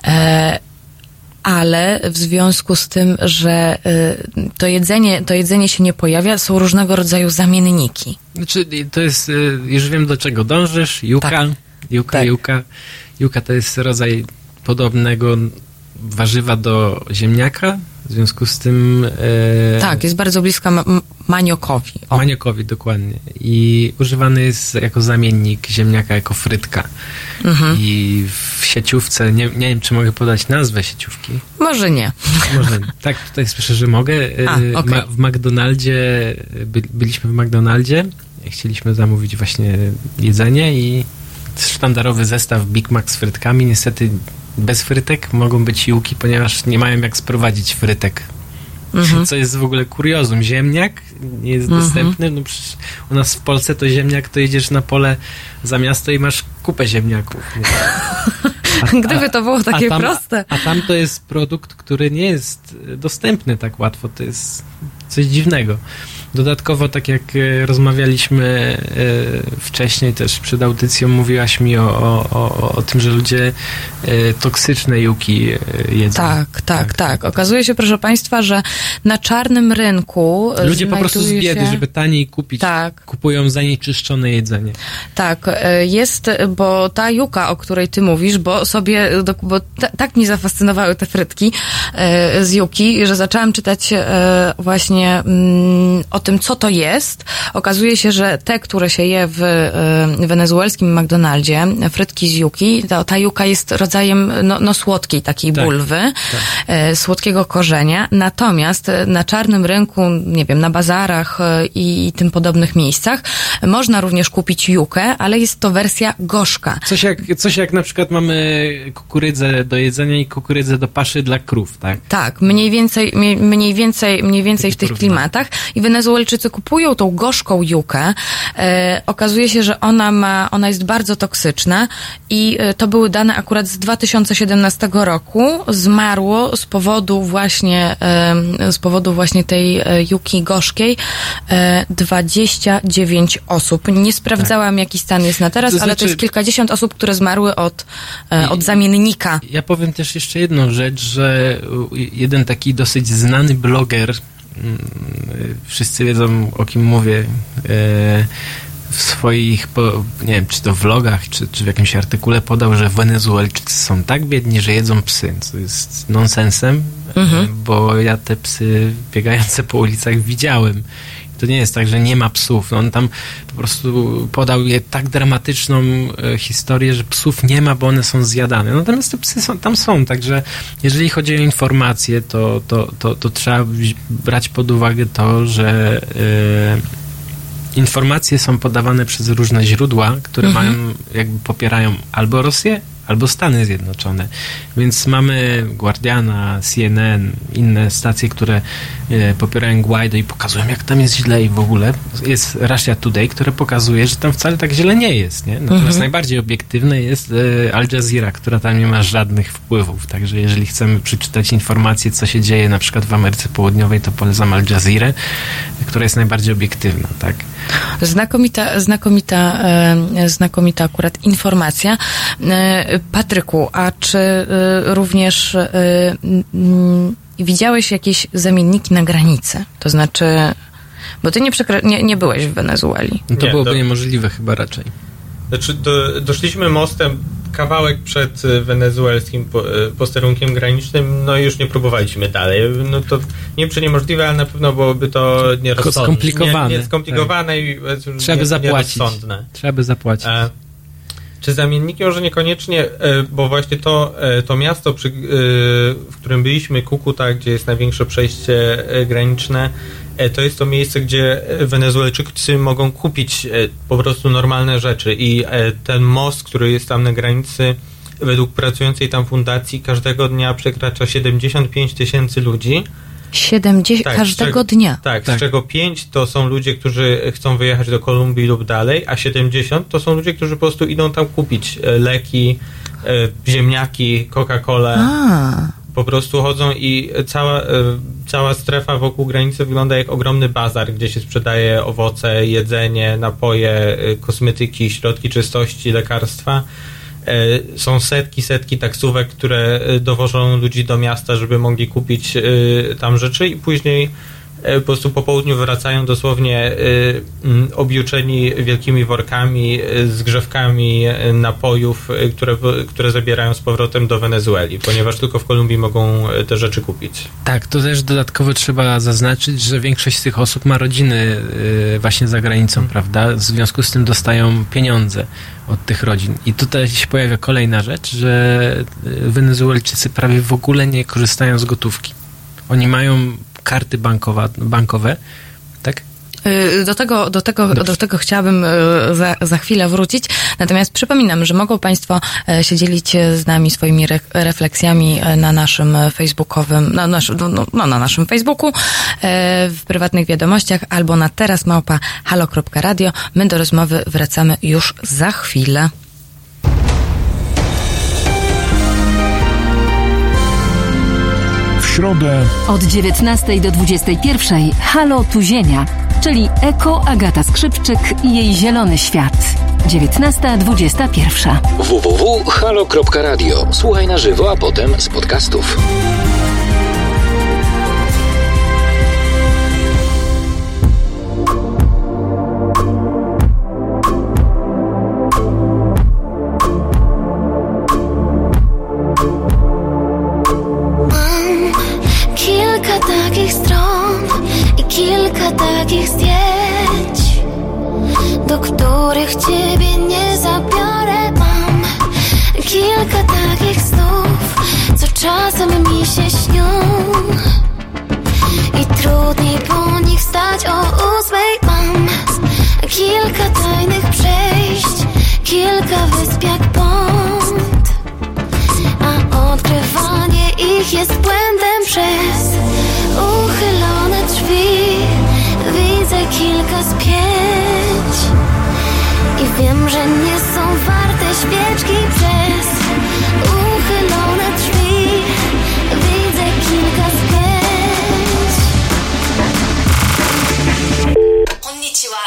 ale w związku z tym, że to jedzenie się nie pojawia, są różnego rodzaju zamienniki. Znaczy, to jest, już wiem do czego dążysz, juka. Tak. Juka to jest rodzaj podobnego warzywa do ziemniaka, W związku z tym... Tak, jest bardzo bliska maniokowi. Maniokowi, dokładnie. I używany jest jako zamiennik ziemniaka, jako frytka. I w sieciówce, nie wiem, czy mogę podać nazwę sieciówki. Może nie. Może, tak, tutaj słyszę, że mogę. Okay. W McDonaldzie, byliśmy w McDonaldzie, chcieliśmy zamówić właśnie jedzenie i sztandarowy zestaw Big Mac z frytkami. Niestety bez frytek mogą być juki, ponieważ nie mają jak sprowadzić frytek. Co jest w ogóle kuriozum. Ziemniak nie jest dostępny. No przecież u nas w Polsce to ziemniak, to jedziesz na pole za miasto i masz kupę ziemniaków. Gdyby to było takie proste. A tam to jest produkt, który nie jest dostępny tak łatwo. To jest coś dziwnego. Dodatkowo, tak jak rozmawialiśmy wcześniej też przed audycją, mówiłaś mi o tym, że ludzie toksyczne juki jedzą. Tak. Okazuje się, proszę Państwa, że na czarnym rynku ludzie po prostu z biedy, żeby taniej kupić, kupują zanieczyszczone jedzenie. Tak, jest, bo ta juka, o której ty mówisz, bo tak mnie zafascynowały te frytki z juki, że zaczęłam czytać właśnie o tym, co to jest. Okazuje się, że te, które się je w wenezuelskim McDonaldzie, frytki z juki, ta juka jest rodzajem słodkiej takiej bulwy, słodkiego korzenia. Natomiast na czarnym rynku, nie wiem, na bazarach i tym podobnych miejscach można również kupić jukę, ale jest to wersja gorzka. Coś jak na przykład mamy kukurydzę do jedzenia i kukurydzę do paszy dla krów, tak? Tak, mniej więcej w tych klimatach. I Wenezuelczycy kupują tą gorzką jukę. Okazuje się, że ona jest bardzo toksyczna i to były dane akurat z 2017 roku. Zmarło z powodu właśnie tej juki gorzkiej 29 osób. Nie sprawdzałam, jaki stan jest na teraz, ale to jest kilkadziesiąt osób, które zmarły od zamiennika. Ja powiem też jeszcze jedną rzecz, że jeden taki dosyć znany bloger, wszyscy wiedzą, o kim mówię, w swoich, nie wiem, czy to w vlogach, czy w jakimś artykule podał, że Wenezuelczycy są tak biedni, że jedzą psy, co jest nonsensem, bo ja te psy biegające po ulicach widziałem. To nie jest tak, że nie ma psów. On tam po prostu podał je tak dramatyczną historię, że psów nie ma, bo one są zjadane. Natomiast te psy tam są, także jeżeli chodzi o informacje, to trzeba brać pod uwagę to, że informacje są podawane przez różne źródła, które popierają albo Rosję, albo Stany Zjednoczone. Więc mamy Guardiana, CNN, inne stacje, które popierają Guaido i pokazują, jak tam jest źle i w ogóle. Jest Russia Today, które pokazuje, że tam wcale tak źle nie jest. Nie? Natomiast najbardziej obiektywne jest Al Jazeera, która tam nie ma żadnych wpływów. Także jeżeli chcemy przeczytać informacje, co się dzieje na przykład w Ameryce Południowej, to polecam Al Jazeerę, która jest najbardziej obiektywna. Tak? Znakomita akurat informacja. Patryku, a czy również widziałeś jakieś zamienniki na granicy? To znaczy, bo ty nie byłeś w Wenezueli. No to byłoby niemożliwe chyba raczej. Znaczy, doszliśmy mostem kawałek przed wenezuelskim posterunkiem granicznym, no i już nie próbowaliśmy dalej. No to nie wiem, czy niemożliwe, ale na pewno byłoby to nierozsądne. Skomplikowane. Skomplikowane tak. I trzeba by zapłacić. nierozsądne. Trzeba by zapłacić. Czy zamienniki może niekoniecznie, bo właśnie to miasto, w którym byliśmy, Kukuta, gdzie jest największe przejście graniczne, to jest to miejsce, gdzie Wenezuelczycy mogą kupić po prostu normalne rzeczy i ten most, który jest tam na granicy, według pracującej tam fundacji, każdego dnia przekracza 75 000 ludzi. 70 każdego dnia. Tak, z czego 5 to są ludzie, którzy chcą wyjechać do Kolumbii lub dalej, a 70 to są ludzie, którzy po prostu idą tam kupić leki, ziemniaki, Coca-Colę. Po prostu chodzą i cała strefa wokół granicy wygląda jak ogromny bazar, gdzie się sprzedaje owoce, jedzenie, napoje, kosmetyki, środki czystości, lekarstwa. Są setki taksówek, które dowożą ludzi do miasta, żeby mogli kupić tam rzeczy i później po prostu po południu wracają dosłownie objuczeni wielkimi workami, zgrzewkami napojów, które zabierają z powrotem do Wenezueli, ponieważ tylko w Kolumbii mogą te rzeczy kupić. Tak, to też dodatkowo trzeba zaznaczyć, że większość z tych osób ma rodziny właśnie za granicą, prawda? W związku z tym dostają pieniądze od tych rodzin. I tutaj się pojawia kolejna rzecz, że Wenezuelczycy prawie w ogóle nie korzystają z gotówki. Oni mają karty bankowe, tak? Do tego chciałabym za chwilę wrócić. Natomiast przypominam, że mogą Państwo się dzielić z nami swoimi refleksjami na naszym facebookowym, na naszym Facebooku, w prywatnych wiadomościach albo na teraz@halo.radio. My do rozmowy wracamy już za chwilę. W środę Od 19 do 21 Halo tu Ziemia, czyli Eko Agata Skrzypczyk i jej zielony świat. 19:21. www.halo.radio. Słuchaj na żywo, a potem z podcastów. Kilka takich stron i kilka takich zdjęć, do których ciebie nie zabiorę. Mam kilka takich snów, co czasem mi się śnią i trudniej po nich wstać o 8. Mam kilka tajnych przejść, kilka wysp jak pąd, a odkrywanie ich jest błędem. Przez uchylone drzwi widzę kilka spięć i wiem, że nie są warte świeczki. Przez uchylone drzwi widzę kilka spięć. Konnichiwa.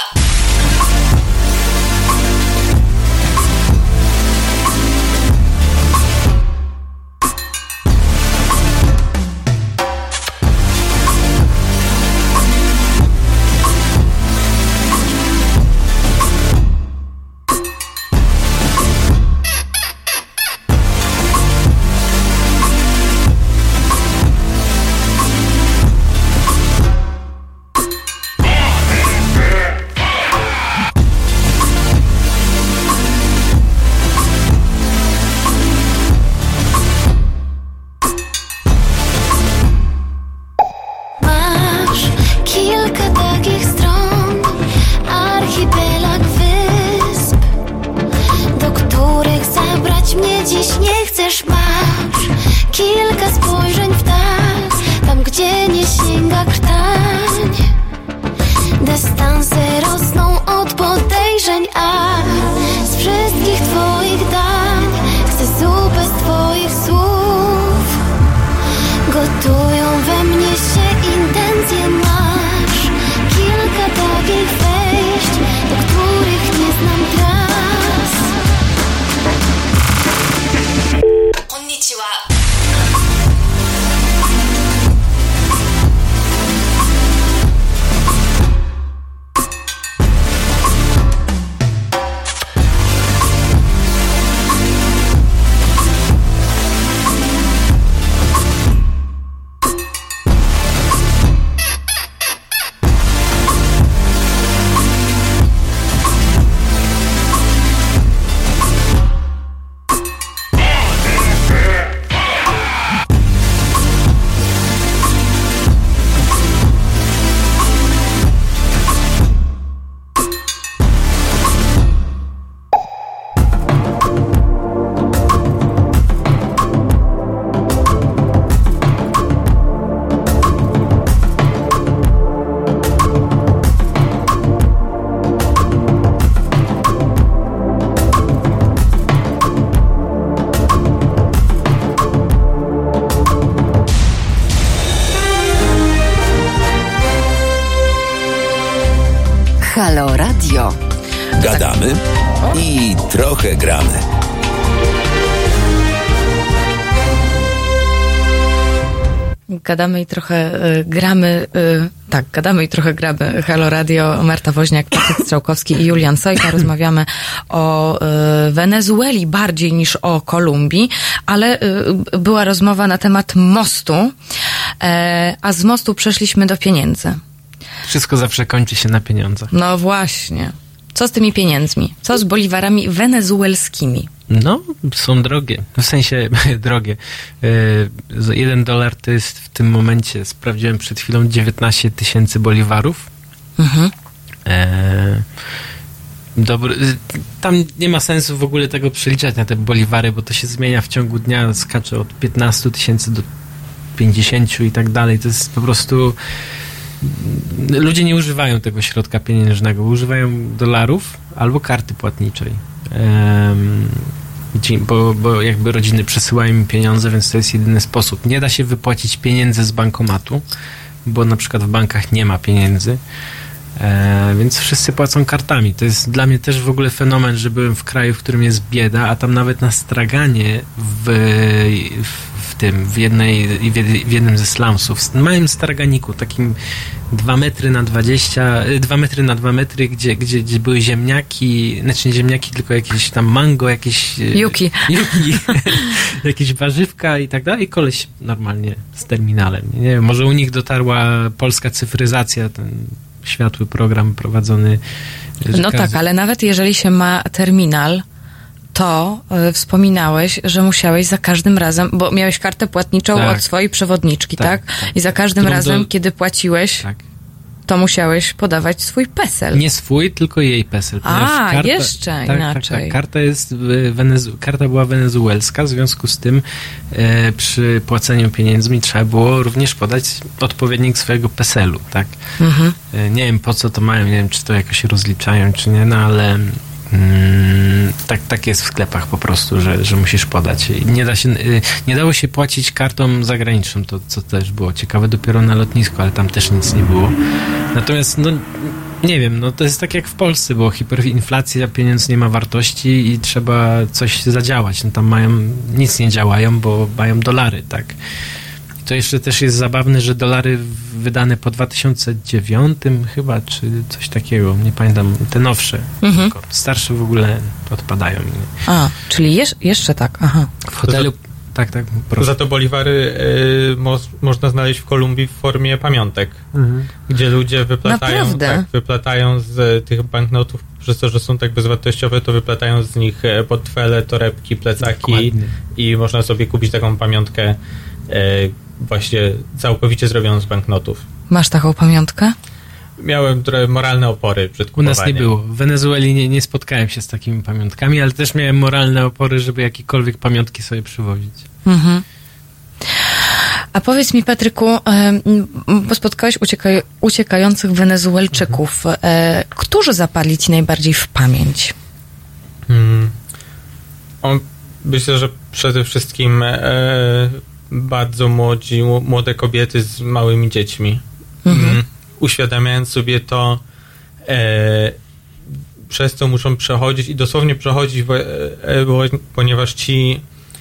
Halo Radio. Gadamy i trochę gramy. Gadamy i trochę gramy. Tak, gadamy i trochę gramy. Halo Radio, Marta Woźniak, Patryk Strzałkowski i Julian Sojka. Rozmawiamy o Wenezueli bardziej niż o Kolumbii, ale była rozmowa na temat mostu, a z mostu przeszliśmy do pieniędzy. Wszystko zawsze kończy się na pieniądzach. No właśnie. Co z tymi pieniędzmi? Co z boliwarami wenezuelskimi? No, są drogie. W sensie drogie. $1 to jest w tym momencie, sprawdziłem przed chwilą, 19 000 boliwarów. Mhm. Tam nie ma sensu w ogóle tego przeliczać na te boliwary, bo to się zmienia w ciągu dnia, skacze od 15 000 do 50 i tak dalej. To jest po prostu... Ludzie nie używają tego środka pieniężnego, używają dolarów albo karty płatniczej. Bo jakby rodziny przesyłają im pieniądze, więc to jest jedyny sposób. Nie da się wypłacić pieniędzy z bankomatu, bo na przykład w bankach nie ma pieniędzy, więc wszyscy płacą kartami. To jest dla mnie też w ogóle fenomen, że byłem w kraju, w którym jest bieda, a tam nawet na straganie w jednym ze slumsów, w małym straganiku, takim 2 metry na 2 metry, gdzie były ziemniaki, znaczy nie ziemniaki, tylko jakieś tam mango, jakieś juki, jakieś warzywka i tak dalej, i koleś normalnie z terminalem. Nie wiem, może u nich dotarła polska cyfryzacja, ten światły program prowadzony. No tak, ale nawet jeżeli się ma terminal, to wspominałeś, że musiałeś za każdym razem, bo miałeś kartę płatniczą od swojej przewodniczki, tak? I za każdym razem, kiedy płaciłeś, to musiałeś podawać swój PESEL. Nie swój, tylko jej PESEL. Jeszcze inaczej. Karta była wenezuelska, w związku z tym przy płaceniu pieniędzmi trzeba było również podać odpowiednik swojego PESEL-u, tak? Mhm. Nie wiem, po co to mają, nie wiem, czy to jakoś rozliczają, czy nie, no ale tak jest w sklepach po prostu, że musisz podać. Nie dało się płacić kartą zagraniczną, to co też było ciekawe, dopiero na lotnisku, ale tam też nic nie było. Natomiast, no nie wiem, no to jest tak jak w Polsce, bo hiperinflacja, pieniądz nie ma wartości i trzeba coś zadziałać. No tam nic nie działają, bo mają dolary, tak. To jeszcze też jest zabawne, że dolary wydane po 2009 chyba, czy coś takiego, nie pamiętam, te nowsze, tylko starsze w ogóle odpadają. Czyli jeszcze tak, aha. W hotelu, tak, proszę. Za to boliwary można znaleźć w Kolumbii w formie pamiątek, gdzie ludzie wyplatają z tych banknotów, przez to, że są tak bezwartościowe, to wyplatają z nich portfele, torebki, plecaki. Dokładnie. I można sobie kupić taką pamiątkę właśnie całkowicie zrobioną z banknotów. Masz taką pamiątkę? Miałem trochę moralne opory przed kupowaniem. U nas nie było. W Wenezueli nie spotkałem się z takimi pamiątkami, ale też miałem moralne opory, żeby jakiekolwiek pamiątki sobie przywozić. Mhm. A powiedz mi, Patryku, bo spotkałeś uciekających Wenezuelczyków. Którzy zapadli ci najbardziej w pamięć? Myślę, że przede wszystkim bardzo młode kobiety z małymi dziećmi. Uświadamiając sobie to, przez co muszą przechodzić i dosłownie przechodzić, ponieważ ci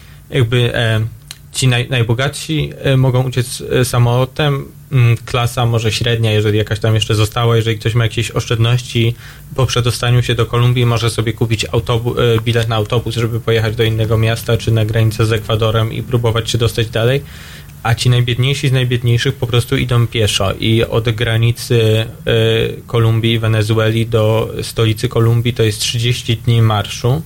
najbogatsi mogą uciec samolotem, klasa może średnia, jeżeli jakaś tam jeszcze została, jeżeli ktoś ma jakieś oszczędności po przedostaniu się do Kolumbii, może sobie kupić bilet na autobus, żeby pojechać do innego miasta, czy na granicę z Ekwadorem i próbować się dostać dalej, a ci najbiedniejsi z najbiedniejszych po prostu idą pieszo i od granicy Kolumbii i Wenezueli do stolicy Kolumbii to jest 30 dni marszu.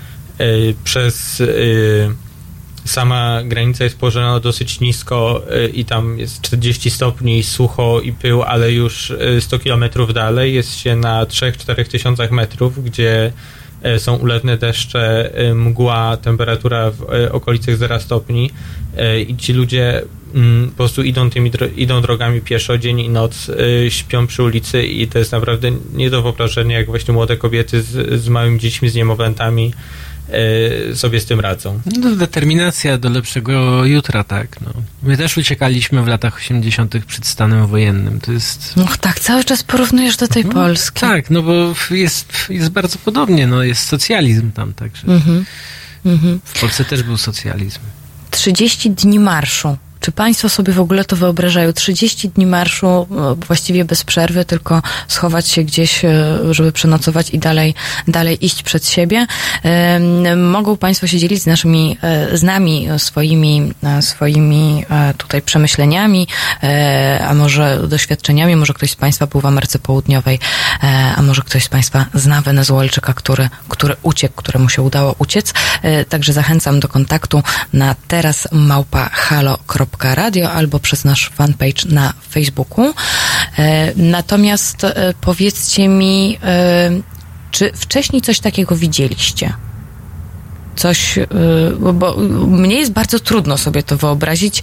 Sama granica jest położona dosyć nisko i tam jest 40 stopni, sucho i pył, ale już 100 kilometrów dalej jest się na 3-4 tysiącach metrów, gdzie są ulewne deszcze, mgła, temperatura w okolicach 0 stopni i ci ludzie po prostu idą drogami pieszo dzień i noc, śpią przy ulicy i to jest naprawdę nie do wyobrażenia, jak właśnie młode kobiety z małymi dziećmi, z niemowlętami sobie z tym radzą. No, determinacja do lepszego jutra, tak. No. My też uciekaliśmy w latach 80. przed stanem wojennym. To jest... No tak, cały czas porównujesz do tej Polski. Tak, no bo jest bardzo podobnie, no jest socjalizm tam, także. W Polsce też był socjalizm. 30 dni marszu. Czy państwo sobie w ogóle to wyobrażają? 30 dni marszu, właściwie bez przerwy, tylko schować się gdzieś, żeby przenocować i dalej iść przed siebie. Mogą państwo się dzielić z nami swoimi tutaj przemyśleniami, a może doświadczeniami. Może ktoś z państwa był w Ameryce Południowej, a może ktoś z państwa zna Wenezuelczyka, który uciekł, któremu się udało uciec. Także zachęcam do kontaktu na teraz@halo.radio albo przez nasz fanpage na Facebooku. Natomiast powiedzcie mi, czy wcześniej coś takiego widzieliście? Coś, bo mnie jest bardzo trudno sobie to wyobrazić,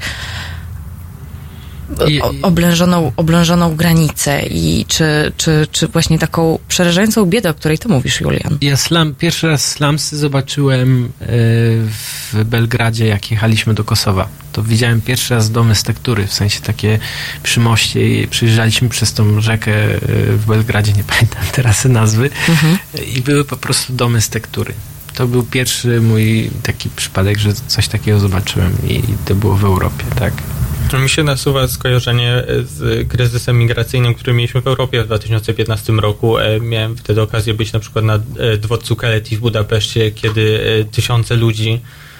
oblężoną granicę i czy właśnie taką przerażającą biedę, o której ty mówisz, Julian. Ja pierwszy raz slumsy zobaczyłem w Belgradzie, jak jechaliśmy do Kosowa. To widziałem pierwszy raz domy z tektury, w sensie takie przy moście i przyjeżdżaliśmy przez tą rzekę w Belgradzie, nie pamiętam teraz nazwy, i były po prostu domy z tektury. To był pierwszy mój taki przypadek, że coś takiego zobaczyłem i to było w Europie, tak. Mi się nasuwa skojarzenie z kryzysem migracyjnym, który mieliśmy w Europie w 2015 roku. Miałem wtedy okazję być na przykład na dworcu Keleti w Budapeszcie, kiedy tysiące ludzi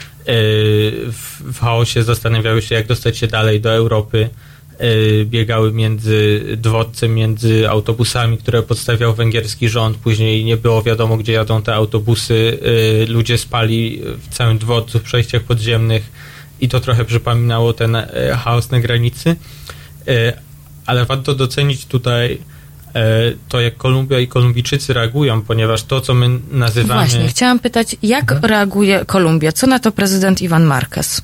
w chaosie zastanawiały się, jak dostać się dalej do Europy. Biegały między dworcem, między autobusami, które podstawiał węgierski rząd. Później nie było wiadomo, gdzie jadą te autobusy. Ludzie spali w całym dworcu, w przejściach podziemnych. I to trochę przypominało ten chaos na granicy. Ale warto docenić tutaj to, jak Kolumbia i Kolumbijczycy reagują, ponieważ to, co my nazywamy... Właśnie, chciałam pytać, jak reaguje Kolumbia? Co na to prezydent Iwan Marquez?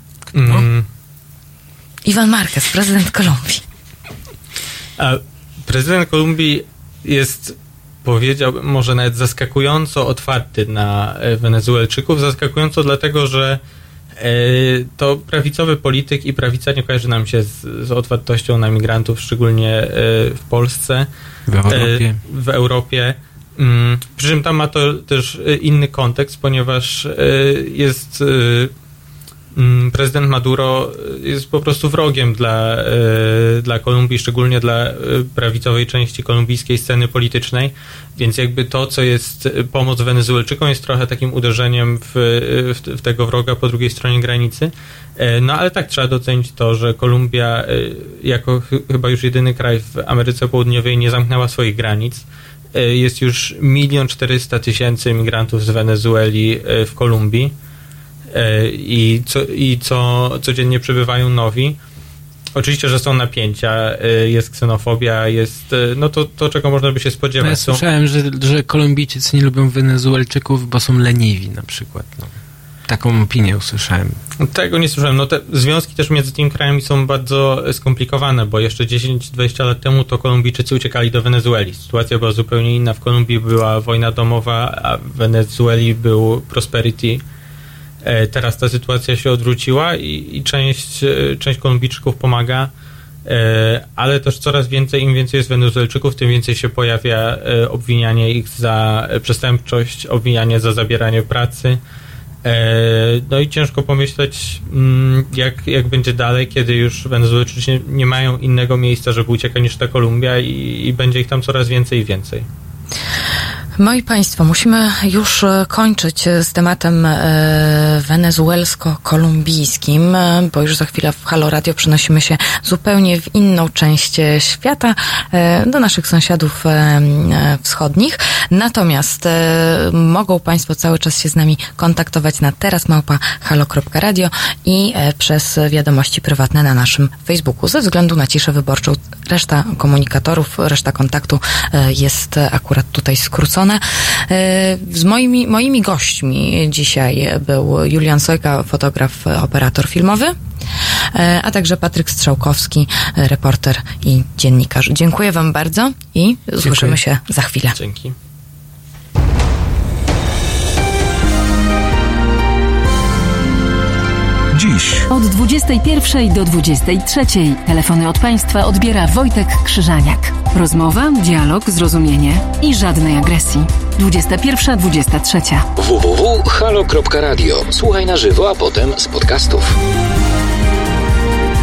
Iwan Marquez, prezydent Kolumbii. Prezydent Kolumbii jest, powiedziałbym, może nawet zaskakująco otwarty na Wenezuelczyków. Zaskakująco dlatego, że to prawicowy polityk i prawica nie kojarzy nam się z otwartością na migrantów, szczególnie w Polsce, w Europie. Przy czym tam ma to też inny kontekst, ponieważ jest prezydent Maduro jest po prostu wrogiem dla Kolumbii, szczególnie dla prawicowej części kolumbijskiej sceny politycznej, więc jakby to, co jest pomoc Wenezuelczykom, jest trochę takim uderzeniem w tego wroga po drugiej stronie granicy. No ale tak, trzeba docenić to, że Kolumbia jako chyba już jedyny kraj w Ameryce Południowej nie zamknęła swoich granic. Jest już 1 400 000 migrantów z Wenezueli w Kolumbii. Codziennie przybywają nowi. Oczywiście, że są napięcia, jest ksenofobia, jest to czego można by się spodziewać. No ja słyszałem, że Kolumbijczycy nie lubią Wenezuelczyków, bo są leniwi na przykład. Taką opinię usłyszałem. Tego nie słyszałem. Te związki też między tymi krajami są bardzo skomplikowane, bo jeszcze 10-20 lat temu to Kolumbijczycy uciekali do Wenezueli. Sytuacja była zupełnie inna. W Kolumbii była wojna domowa, a w Wenezueli był prosperity. Teraz ta sytuacja się odwróciła i część Kolumbijczyków pomaga, ale też coraz więcej, im więcej jest Wenezuelczyków, tym więcej się pojawia obwinianie ich za przestępczość, obwinianie za zabieranie pracy. No i ciężko pomyśleć, jak będzie dalej, kiedy już Wenezuelczycy nie mają innego miejsca, żeby uciekać niż ta Kolumbia i będzie ich tam coraz więcej i więcej. Moi Państwo, musimy już kończyć z tematem wenezuelsko-kolumbijskim, bo już za chwilę w Halo Radio przenosimy się zupełnie w inną część świata, do naszych sąsiadów wschodnich. Natomiast mogą Państwo cały czas się z nami kontaktować na teraz@halo.radio i przez wiadomości prywatne na naszym Facebooku. Ze względu na ciszę wyborczą reszta komunikatorów, reszta kontaktu jest akurat tutaj skrócona. Z moimi gośćmi dzisiaj był Julian Sojka, fotograf, operator filmowy, a także Patryk Strzałkowski, reporter i dziennikarz. Dziękuję Wam bardzo i słyszymy się za chwilę. Dzięki. Dziś od 21 do 23 telefony od Państwa odbiera Wojtek Krzyżaniak. Rozmowa, dialog, zrozumienie i żadnej agresji. 21-23. www.halo.radio. Słuchaj na żywo, a potem z podcastów.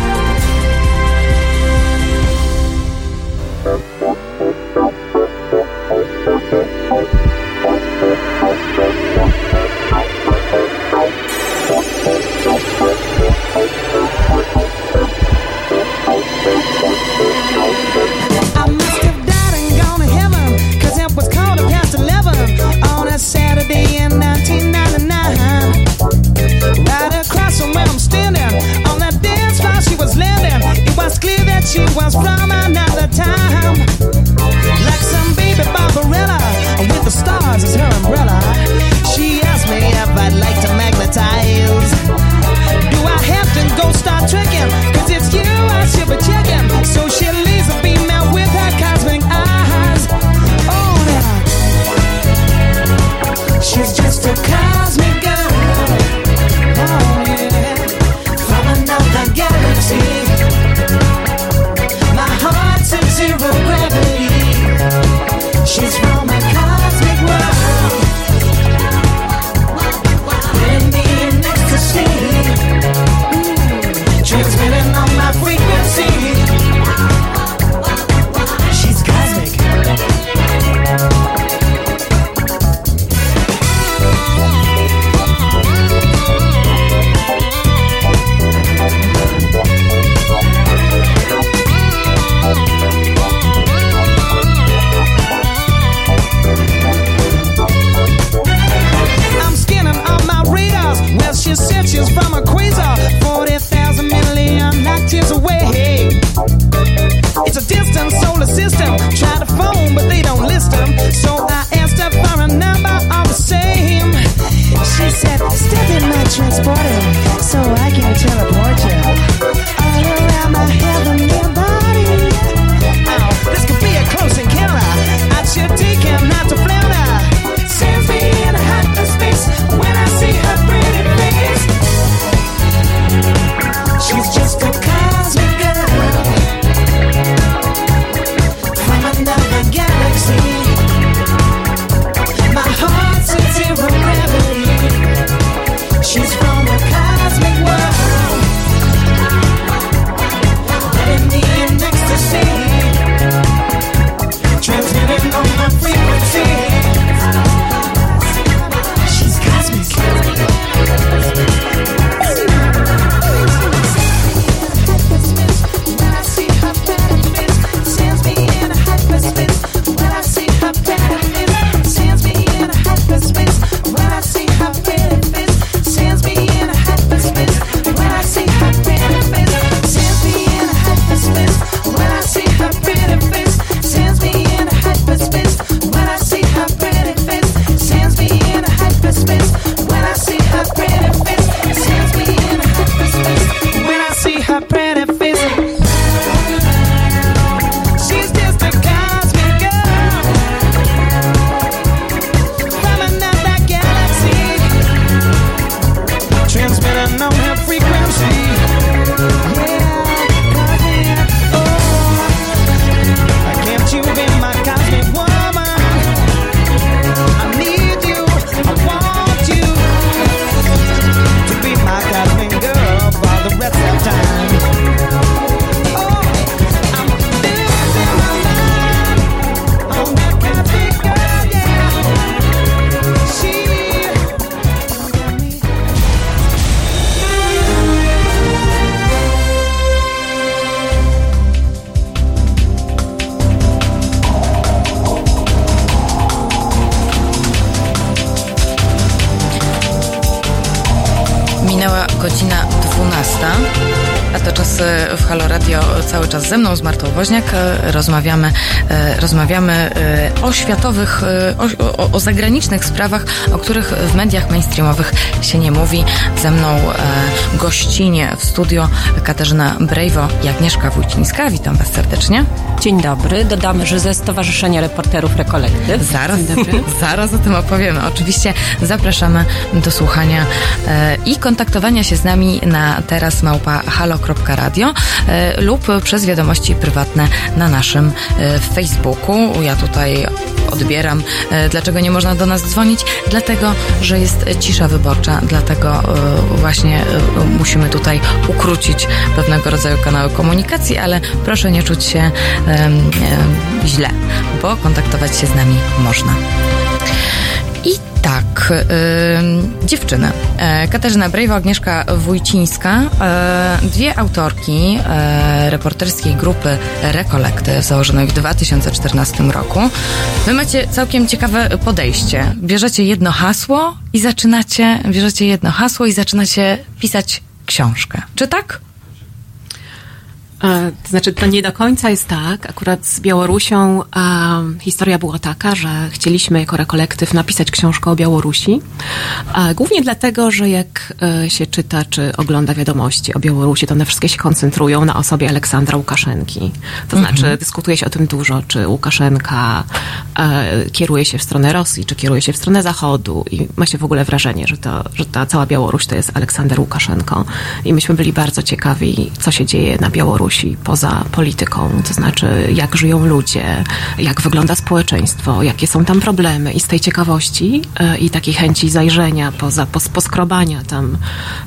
stars as her umbrella. She asked me if I'd like to magnetize. Do I have to go start trekking? Cause it's you I should be checking. So she leaves a female with her cosmic eyes. Oh, now she's just a cosmic girl. Oh, yeah. From another galaxy. My heart's in zero gravity. She's from a cosmic world. In the ecstasy. Transmitting on my frequency. She's cosmic. I'm scanning all my radars. Well, she said she's from a quasar. 40,000 million light years away. It's a distant solar system. Try to phone, but they don't list them. So I asked her for a number all the same. She said, step in my transporter so I can teleport you all around my heavenly body. Now, this could be a close encounter. I should take him not to flounder. Sends me in a hyperspace when I see her pretty face. She's just a cosmic girl from another galaxy. My heart's in zero gravity. She's from a cosmic world. But in the ecstasy, transmitting on my frequency. She's cosmic. When I see her pretty face, sends me in a hyperspace. When I see her pretty face, sends me in a hyperspace. When I see her pretty face, sends me in a hyperspace. When I see her pretty face, sends me in a hyperspace. When I see her pretty face, sends me in a hyperspace. When I see her pretty face, sends me in a hyperspace. When I see her pretty face, sends me in a hyperspace. When I see her pretty face, she's just a cosmic girl from another galaxy, transmitting on her frequency. Yeah, cosmic. Oh, can't you be my cosmic woman? I need you, I want you to be my cosmic girl for the rest of time. Oh, I'm losing my mind on that cosmic girl, yeah. She got me. Minęła godzina 12, a to czas w Halo Radio cały czas ze mną, z Martą Woźniak. Rozmawiamy o światowych, o zagranicznych sprawach, o których w mediach mainstreamowych się nie mówi. Ze mną gościnie w studio Katarzyna Brejwo i Agnieszka Wójcińska. Witam Was serdecznie. Dzień dobry. Dodamy, że ze Stowarzyszenia Reporterów Rekolektyw. Zaraz o tym opowiemy. Oczywiście zapraszamy do słuchania i kontaktowania się z nami na teraz@halo.radio lub przez wiadomości prywatne na naszym Facebooku. Ja tutaj odbieram. Dlaczego nie można do nas dzwonić? Dlatego, że jest cisza wyborcza. Dlatego właśnie musimy tutaj ukrócić pewnego rodzaju kanały komunikacji, ale proszę nie czuć się źle, bo kontaktować się z nami można. I tak, dziewczyny. Katarzyna Brejwo, Agnieszka Wójcińska, dwie autorki reporterskiej grupy Rekolektyw, założonej w 2014 roku. Wy macie całkiem ciekawe podejście. Bierzecie jedno hasło i zaczynacie pisać książkę. Czy tak? To znaczy, to nie do końca jest tak. Akurat z Białorusią historia była taka, że chcieliśmy jako rekolektyw napisać książkę o Białorusi. Głównie dlatego, że jak się czyta czy ogląda wiadomości o Białorusi, to one wszystkie się koncentrują na osobie Aleksandra Łukaszenki. To znaczy, dyskutuje się o tym dużo, czy Łukaszenka kieruje się w stronę Rosji, czy kieruje się w stronę Zachodu i ma się w ogóle wrażenie, że ta cała Białoruś to jest Aleksander Łukaszenko. I myśmy byli bardzo ciekawi, co się dzieje na Białorusi poza polityką, to znaczy jak żyją ludzie, jak wygląda społeczeństwo, jakie są tam problemy i z tej ciekawości i takiej chęci zajrzenia, poskrobania tam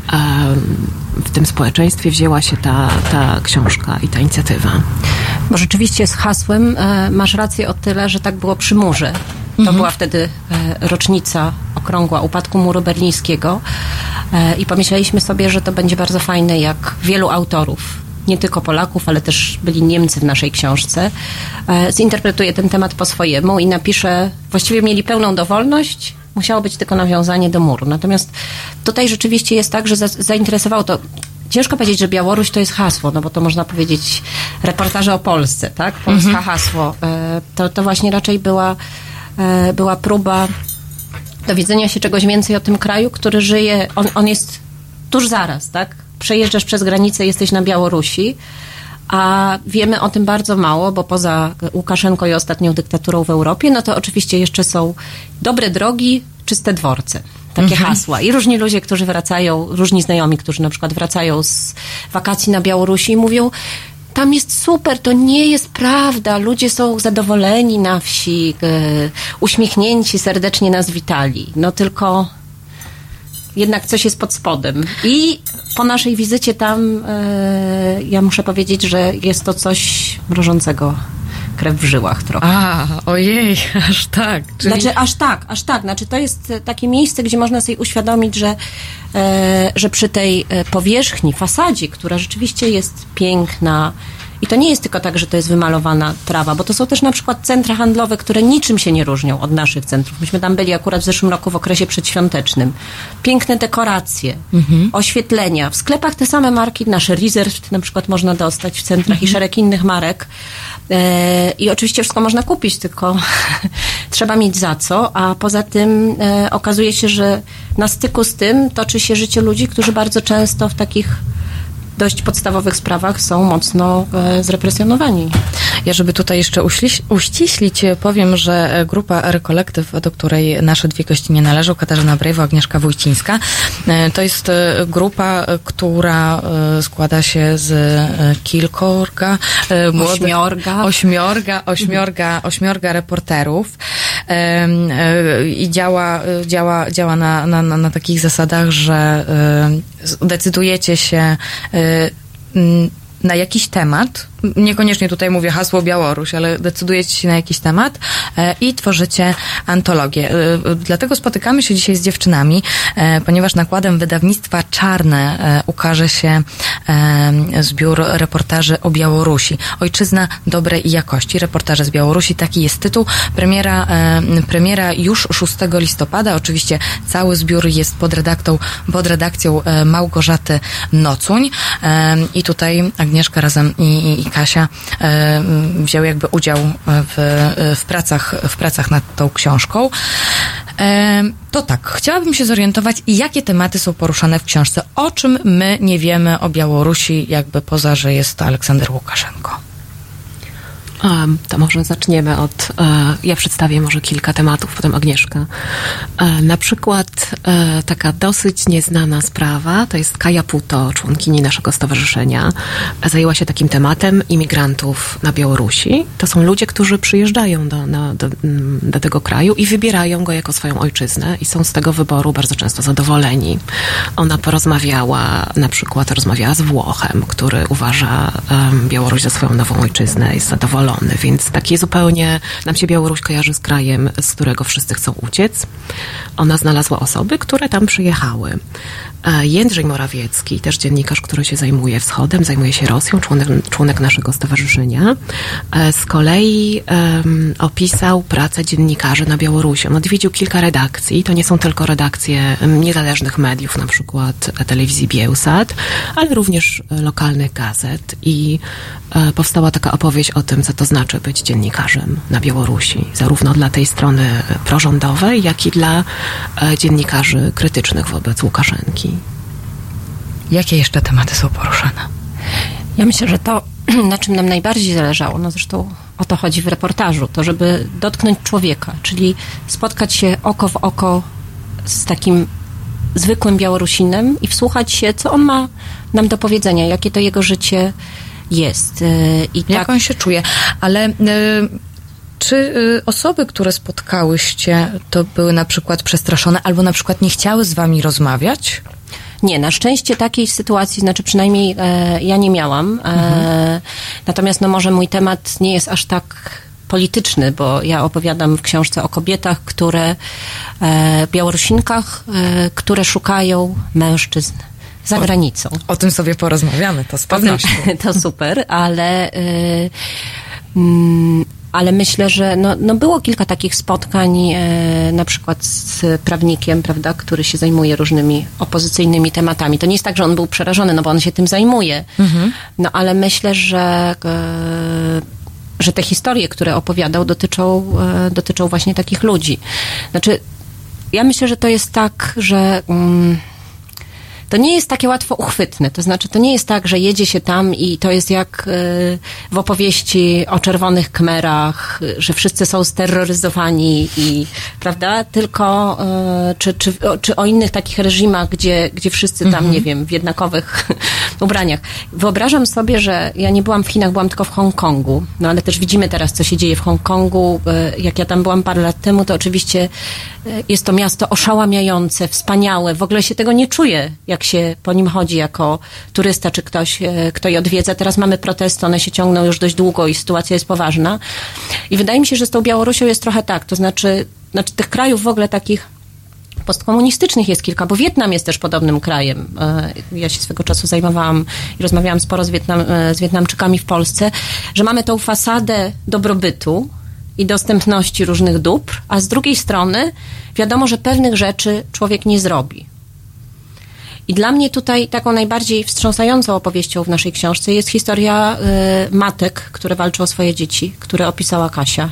w tym społeczeństwie wzięła się ta książka i ta inicjatywa. Bo rzeczywiście z hasłem masz rację o tyle, że tak było przy murze. To była wtedy rocznica okrągła upadku muru berlińskiego i pomyśleliśmy sobie, że to będzie bardzo fajne, jak wielu autorów, nie tylko Polaków, ale też byli Niemcy w naszej książce, zinterpretuje ten temat po swojemu i napisze, właściwie mieli pełną dowolność, musiało być tylko nawiązanie do muru. Natomiast tutaj rzeczywiście jest tak, że zainteresowało to. Ciężko powiedzieć, że Białoruś to jest hasło, no bo to można powiedzieć reportaże o Polsce, tak? Polska hasło. To właśnie raczej była próba dowiedzenia się czegoś więcej o tym kraju, który żyje, on jest tuż zaraz, tak? Przejeżdżasz przez granicę, jesteś na Białorusi, a wiemy o tym bardzo mało, bo poza Łukaszenką i ostatnią dyktaturą w Europie, no to oczywiście jeszcze są dobre drogi, czyste dworce. Takie hasła. I różni ludzie, którzy wracają, różni znajomi, którzy na przykład wracają z wakacji na Białorusi i mówią, tam jest super, to nie jest prawda, ludzie są zadowoleni na wsi, uśmiechnięci, serdecznie nas witali. No tylko jednak coś jest pod spodem. I po naszej wizycie tam ja muszę powiedzieć, że jest to coś mrożącego krew w żyłach trochę. Ojej, aż tak. Czyli... Znaczy aż tak. Znaczy to jest takie miejsce, gdzie można sobie uświadomić, że przy tej powierzchni, fasadzie, która rzeczywiście jest piękna, i to nie jest tylko tak, że to jest wymalowana trawa, bo to są też na przykład centra handlowe, które niczym się nie różnią od naszych centrów. Myśmy tam byli akurat w zeszłym roku w okresie przedświątecznym. Piękne dekoracje, oświetlenia. W sklepach te same marki, nasze Reserved na przykład można dostać w centrach i szereg innych marek. I oczywiście wszystko można kupić, tylko trzeba mieć za co, a poza tym okazuje się, że na styku z tym toczy się życie ludzi, którzy bardzo często w takich dość podstawowych sprawach są mocno zrepresjonowani. Ja, żeby tutaj jeszcze uściślić, powiem, że grupa Rekolektyw, do której nasze dwie gościnie należą, Katarzyna Brejwo, Agnieszka Wójcińska, to jest grupa, która składa się z kilkorga, ośmiorga reporterów i działa na takich zasadach, że decydujecie się na jakiś temat, niekoniecznie tutaj mówię hasło Białoruś, ale decydujecie się na jakiś temat i tworzycie antologię. Dlatego spotykamy się dzisiaj z dziewczynami, ponieważ nakładem wydawnictwa Czarne ukaże się zbiór reportaży o Białorusi. Ojczyzna dobrej jakości. Reportaże z Białorusi. Taki jest tytuł. Premiera już 6 listopada. Oczywiście cały zbiór jest pod redakcją Małgorzaty Nocuń. I tutaj Agnieszka razem i Kasia wziął jakby udział w pracach nad tą książką. To tak, chciałabym się zorientować, jakie tematy są poruszane w książce, o czym my nie wiemy o Białorusi, jakby poza, że jest to Aleksander Łukaszenko. To może zaczniemy od... Ja przedstawię może kilka tematów, potem Agnieszka. Na przykład taka dosyć nieznana sprawa, to jest Kaja Puto, członkini naszego stowarzyszenia, zajęła się takim tematem imigrantów na Białorusi. To są ludzie, którzy przyjeżdżają do tego kraju i wybierają go jako swoją ojczyznę i są z tego wyboru bardzo często zadowoleni. Ona rozmawiała z Włochem, który uważa Białoruś za swoją nową ojczyznę, jest zadowolony zadowolony, więc takie zupełnie nam się Białoruś kojarzy z krajem, z którego wszyscy chcą uciec. Ona znalazła osoby, które tam przyjechały. Jędrzej Morawiecki, też dziennikarz, który się zajmuje wschodem, zajmuje się Rosją, członek naszego stowarzyszenia, z kolei opisał pracę dziennikarzy na Białorusi. On odwiedził kilka redakcji, to nie są tylko redakcje niezależnych mediów, na przykład telewizji Biełsat, ale również lokalnych gazet i powstała taka opowieść o tym, co to znaczy być dziennikarzem na Białorusi, zarówno dla tej strony prorządowej, jak i dla dziennikarzy krytycznych wobec Łukaszenki. Jakie jeszcze tematy są poruszane? Ja myślę, że to, na czym nam najbardziej zależało, no zresztą o to chodzi w reportażu, to żeby dotknąć człowieka, czyli spotkać się oko w oko z takim zwykłym Białorusinem i wsłuchać się, co on ma nam do powiedzenia, jakie to jego życie jest. Jak on się czuje. Ale czy osoby, które spotkałyście, to były na przykład przestraszone albo na przykład nie chciały z wami rozmawiać? Nie, na szczęście takiej sytuacji, znaczy przynajmniej ja nie miałam. Natomiast no może mój temat nie jest aż tak polityczny, bo ja opowiadam w książce o kobietach, Białorusinkach, które szukają mężczyzn za granicą. O tym sobie porozmawiamy, to z pewnością. To super, ale myślę, że no było kilka takich spotkań, na przykład z prawnikiem, prawda, który się zajmuje różnymi opozycyjnymi tematami. To nie jest tak, że on był przerażony, no bo on się tym zajmuje. No ale myślę, że te historie, które opowiadał, dotyczą właśnie takich ludzi. Znaczy, ja myślę, że to jest tak, że to nie jest takie łatwo uchwytne. To znaczy, to nie jest tak, że jedzie się tam i to jest jak w opowieści o czerwonych Khmerach, że wszyscy są steroryzowani i, prawda, tylko czy o innych takich reżimach, gdzie wszyscy tam, nie wiem, w jednakowych ubraniach. Wyobrażam sobie, że ja nie byłam w Chinach, byłam tylko w Hongkongu, no ale też widzimy teraz, co się dzieje w Hongkongu. Jak ja tam byłam parę lat temu, to oczywiście jest to miasto oszałamiające, wspaniałe. W ogóle się tego nie czuje, jak się po nim chodzi jako turysta, czy ktoś, kto je odwiedza. Teraz mamy protesty, one się ciągną już dość długo i sytuacja jest poważna. I wydaje mi się, że z tą Białorusią jest trochę tak, to znaczy tych krajów w ogóle takich postkomunistycznych jest kilka, bo Wietnam jest też podobnym krajem. Ja się swego czasu zajmowałam i rozmawiałam sporo z Wietnamczykami w Polsce, że mamy tą fasadę dobrobytu i dostępności różnych dóbr, a z drugiej strony wiadomo, że pewnych rzeczy człowiek nie zrobi. I dla mnie tutaj taką najbardziej wstrząsającą opowieścią w naszej książce jest historia matek, które walczą o swoje dzieci, które opisała Kasia.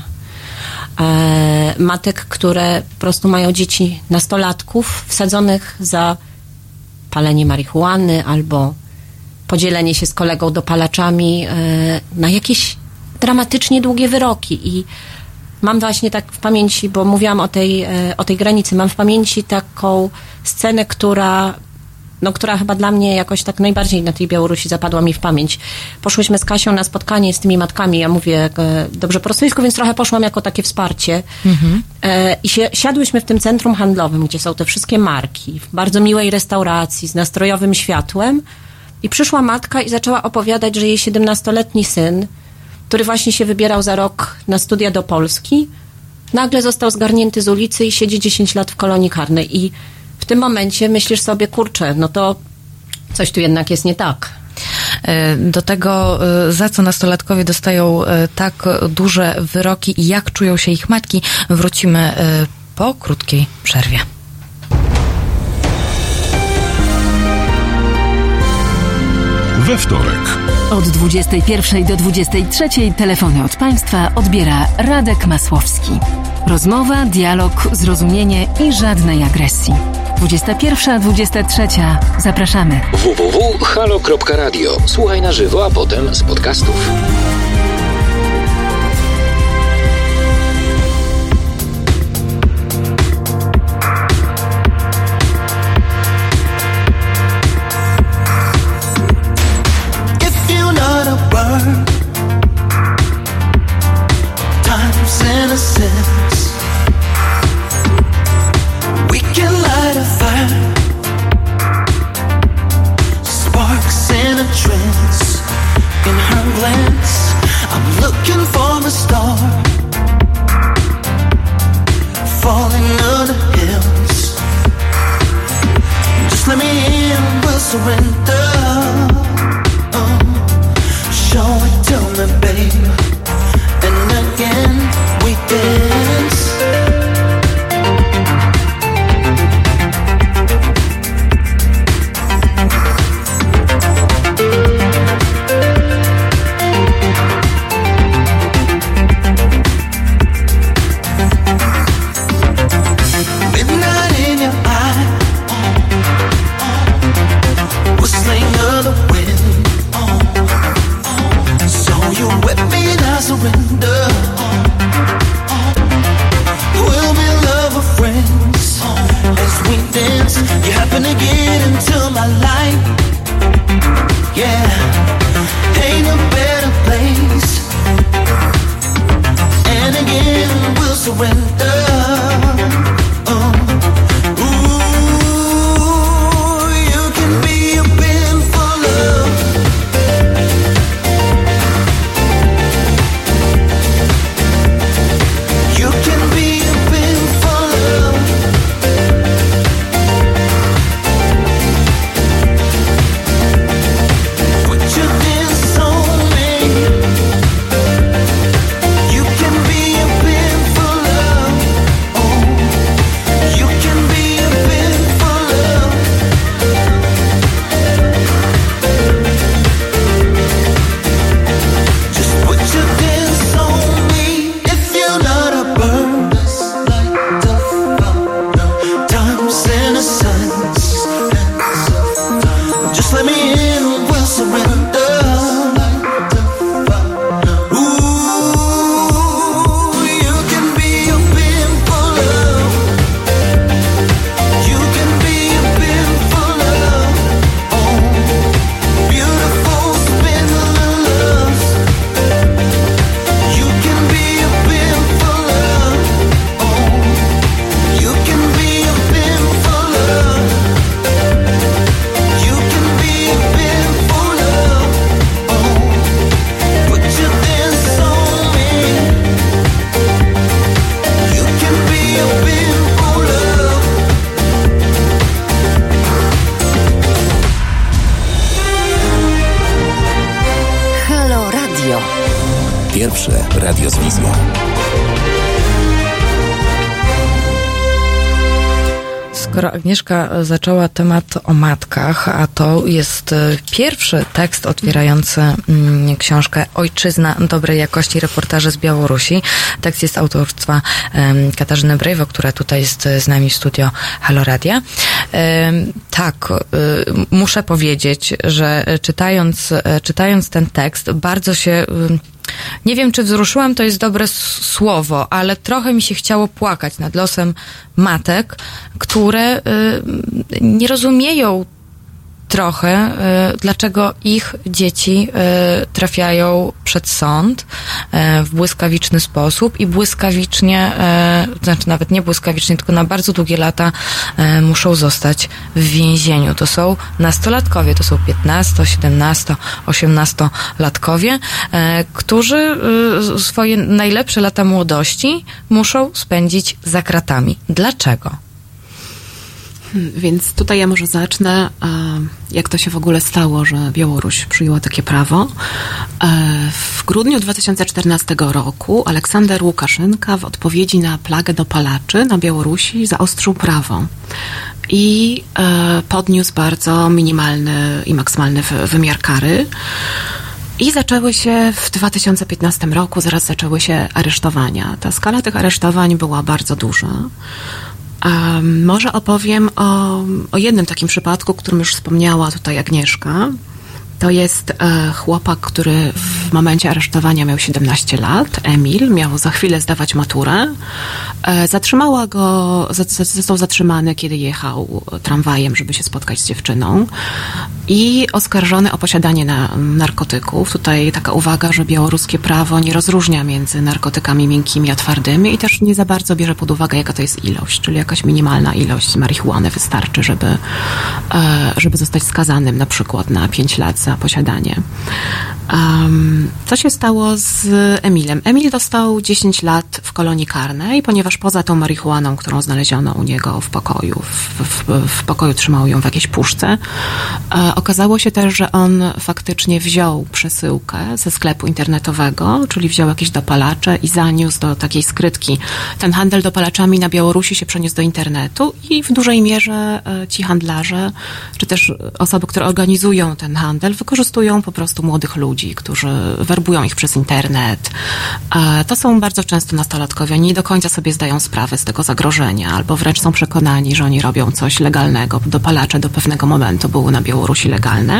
Matek, które po prostu mają dzieci nastolatków wsadzonych za palenie marihuany albo podzielenie się z kolegą dopalaczami na jakieś dramatycznie długie wyroki. I mam właśnie tak w pamięci, bo mówiłam o tej granicy, mam w pamięci taką scenę, która chyba dla mnie jakoś tak najbardziej na tej Białorusi zapadła mi w pamięć. Poszłyśmy z Kasią na spotkanie z tymi matkami, ja mówię dobrze po rosyjsku, więc trochę poszłam jako takie wsparcie. I siadłyśmy w tym centrum handlowym, gdzie są te wszystkie marki, w bardzo miłej restauracji, z nastrojowym światłem i przyszła matka i zaczęła opowiadać, że jej 17-letni syn, który właśnie się wybierał za rok na studia do Polski, nagle został zgarnięty z ulicy i siedzi 10 lat w kolonii karnej. I w tym momencie myślisz sobie, kurczę, no to coś tu jednak jest nie tak. Do tego, za co nastolatkowie dostają tak duże wyroki i jak czują się ich matki, wrócimy po krótkiej przerwie. We wtorek. Od 21 do 23 telefony od Państwa odbiera Radek Masłowski. Rozmowa, dialog, zrozumienie i żadnej agresji. 21-23. Zapraszamy. www.halo.radio. Słuchaj na żywo, a potem z podcastów. Time's innocence. We can light a fire. Sparks in a trance. In her glance, of the hills. Just let me in, we'll surrender. Show it to me, babe. And again we dance. Surrender. We'll be lover friends as we dance. You happen to get into my life. Yeah, ain't a better place. And again we'll surrender. Pierwsze radio z wizją. Skoro Agnieszka zaczęła temat o matkach, a to jest pierwszy tekst otwierający książkę Ojczyzna dobrej jakości, reportaże z Białorusi. Tekst jest autorstwa Katarzyny Brejwo, która tutaj jest z nami w studio Halo Radia. Tak, muszę powiedzieć, że czytając ten tekst, bardzo się... Nie wiem, czy wzruszyłam, to jest dobre słowo, ale trochę mi się chciało płakać nad losem matek, które nie rozumieją trochę, dlaczego ich dzieci trafiają przed sąd w błyskawiczny sposób i błyskawicznie, znaczy nawet nie błyskawicznie, tylko na bardzo długie lata muszą zostać w więzieniu. To są nastolatkowie, to są 15, 17, 18-latkowie, którzy swoje najlepsze lata młodości muszą spędzić za kratami. Dlaczego? Więc tutaj ja może zacznę, jak to się w ogóle stało, że Białoruś przyjęła takie prawo. W grudniu 2014 roku Aleksander Łukaszenka w odpowiedzi na plagę dopalaczy na Białorusi zaostrzył prawo i podniósł bardzo minimalny i maksymalny wymiar kary. I zaczęły się w 2015 roku, zaraz zaczęły się aresztowania. Ta skala tych aresztowań była bardzo duża. Może opowiem o jednym takim przypadku, o którym już wspomniała tutaj Agnieszka. To jest chłopak, który w momencie aresztowania miał 17 lat, Emil, miał za chwilę zdawać maturę. Zatrzymała go, został zatrzymany, kiedy jechał tramwajem, żeby się spotkać z dziewczyną i oskarżony o posiadanie narkotyków. Tutaj taka uwaga, że białoruskie prawo nie rozróżnia między narkotykami miękkimi a twardymi i też nie za bardzo bierze pod uwagę, jaka to jest ilość, czyli jakaś minimalna ilość marihuany wystarczy, żeby zostać skazanym na przykład na 5 lat za posiadanie. Co się stało z Emilem? Emil dostał 10 lat w kolonii karnej, ponieważ poza tą marihuaną, którą znaleziono u niego w pokoju, w pokoju trzymał ją w jakiejś puszce, okazało się też, że on faktycznie wziął przesyłkę ze sklepu internetowego, czyli wziął jakieś dopalacze i zaniósł do takiej skrytki. Ten handel dopalaczami na Białorusi się przeniósł do internetu i w dużej mierze ci handlarze, czy też osoby, które organizują ten handel, wykorzystują po prostu młodych ludzi, którzy werbują ich przez internet. To są bardzo często nastolatkowie. Oni nie do końca sobie zdają sprawę z tego zagrożenia, albo wręcz są przekonani, że oni robią coś legalnego. Dopalacze do pewnego momentu były na Białorusi legalne.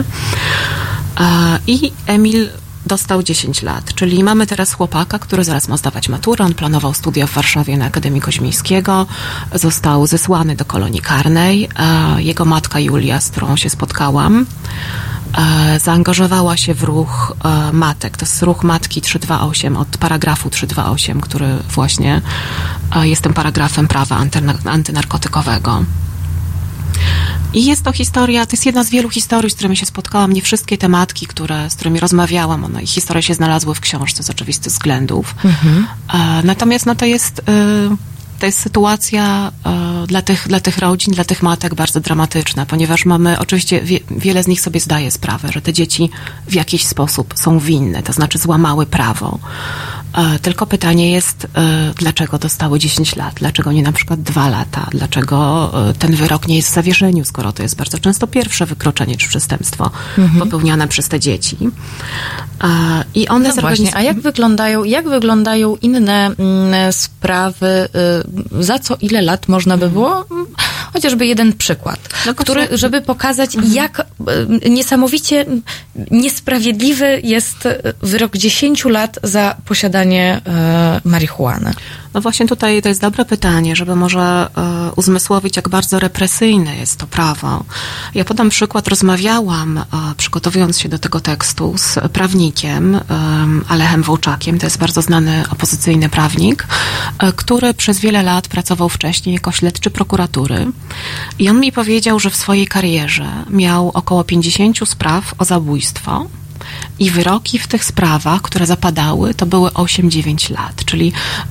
I Emil dostał 10 lat, czyli mamy teraz chłopaka, który zaraz ma zdawać maturę. On planował studia w Warszawie na Akademii Koźmińskiego. Został zesłany do kolonii karnej. Jego matka Julia, z którą się spotkałam, zaangażowała się w ruch matek. To jest ruch Matki 328 od paragrafu 328, który właśnie jest tym paragrafem prawa antynarkotykowego. I jest to historia, to jest jedna z wielu historii, z którymi się spotkałam. Nie wszystkie te matki, z którymi rozmawiałam, ich historie się znalazły w książce z oczywistych względów. Natomiast to jest sytuacja dla tych rodzin, dla tych matek bardzo dramatyczna, ponieważ mamy, oczywiście wiele z nich sobie zdaje sprawę, że te dzieci w jakiś sposób są winne, to znaczy złamały prawo. Tylko pytanie jest, dlaczego dostały 10 lat? Dlaczego nie na przykład 2 lata? Dlaczego ten wyrok nie jest w zawieszeniu, skoro to jest bardzo często pierwsze wykroczenie czy przestępstwo popełniane przez te dzieci? I one właśnie, a jak wyglądają inne sprawy, za co ile lat można by było? Chociażby jeden przykład, żeby pokazać, jak niesamowicie niesprawiedliwy jest wyrok 10 lat za posiadanie marihuany. No właśnie tutaj to jest dobre pytanie, żeby może uzmysłowić, jak bardzo represyjne jest to prawo. Ja podam przykład, rozmawiałam, przygotowując się do tego tekstu, z prawnikiem Alechem Wołczakiem, to jest bardzo znany opozycyjny prawnik, który przez wiele lat pracował wcześniej jako śledczy prokuratury i on mi powiedział, że w swojej karierze miał około 50 spraw o zabójstwo. I wyroki w tych sprawach, które zapadały, to były 8-9 lat, czyli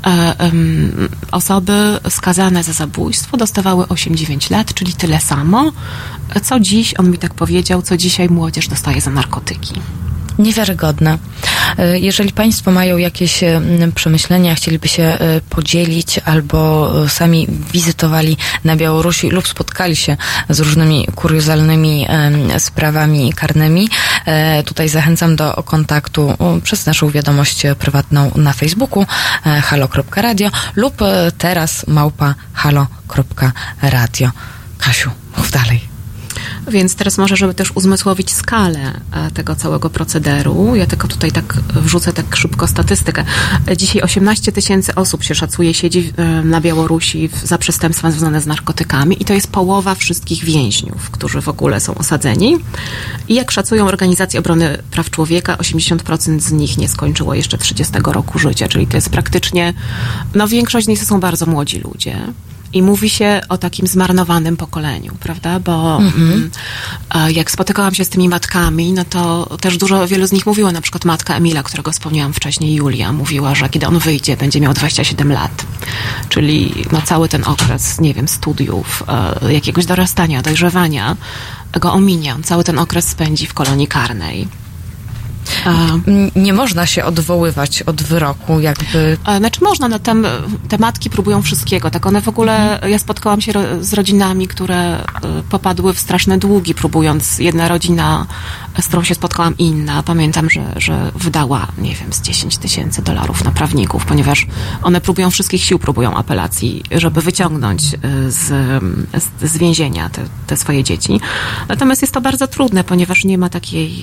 osoby skazane za zabójstwo dostawały 8-9 lat, czyli tyle samo, co dziś, on mi tak powiedział, co dzisiaj młodzież dostaje za narkotyki. Niewiarygodne. Jeżeli Państwo mają jakieś przemyślenia, chcieliby się podzielić albo sami wizytowali na Białorusi lub spotkali się z różnymi kuriozalnymi sprawami karnymi, tutaj zachęcam do kontaktu przez naszą wiadomość prywatną na Facebooku halo.radio lub teraz @halo.radio. Kasiu, mów dalej. Więc teraz może, żeby też uzmysłowić skalę tego całego procederu, ja tylko tutaj tak wrzucę tak szybko statystykę. Dzisiaj 18 000 osób się szacuje siedzi na Białorusi za przestępstwa związane z narkotykami i to jest połowa wszystkich więźniów, którzy w ogóle są osadzeni. I jak szacują organizacje obrony praw człowieka, 80% z nich nie skończyło jeszcze 30 roku życia, czyli to jest praktycznie, większość z nich to są bardzo młodzi ludzie. I mówi się o takim zmarnowanym pokoleniu, prawda? Bo jak spotykałam się z tymi matkami, no to też wielu z nich mówiło, na przykład matka Emila, którego wspomniałam wcześniej, Julia, mówiła, że kiedy on wyjdzie, będzie miał 27 lat. Czyli cały ten okres, nie wiem, studiów, jakiegoś dorastania, dojrzewania go ominie. On cały ten okres spędzi w kolonii karnej. Nie można się odwoływać od wyroku, jakby... Znaczy można, te matki próbują wszystkiego. Tak one w ogóle... Ja spotkałam się z rodzinami, które popadły w straszne długi, próbując. Jedna rodzina, z którą się spotkałam, inna. Pamiętam, że wydała, nie wiem, z $10 000 na prawników, ponieważ one próbują wszystkich sił, próbują apelacji, żeby wyciągnąć z więzienia te swoje dzieci. Natomiast jest to bardzo trudne, ponieważ nie ma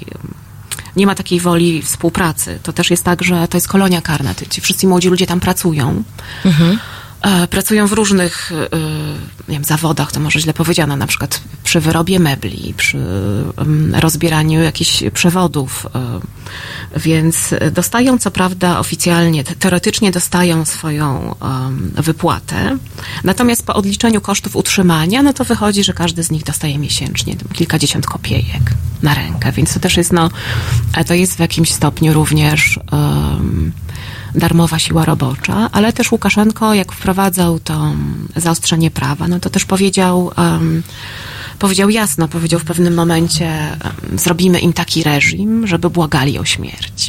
takiej woli współpracy. To też jest tak, że to jest kolonia karna. Ci wszyscy młodzi ludzie tam pracują. pracują w różnych nie wiem, zawodach, to może źle powiedziane, na przykład przy wyrobie mebli, przy rozbieraniu jakichś przewodów, więc dostają, co prawda oficjalnie, teoretycznie dostają swoją wypłatę, natomiast po odliczeniu kosztów utrzymania, no to wychodzi, że każdy z nich dostaje miesięcznie kilkadziesiąt kopiejek na rękę, więc to też jest, to jest w jakimś stopniu również darmowa siła robocza, ale też Łukaszenko, jak wprowadzał to zaostrzenie prawa, no to też powiedział jasno, powiedział w pewnym momencie, zrobimy im taki reżim, żeby błagali o śmierć.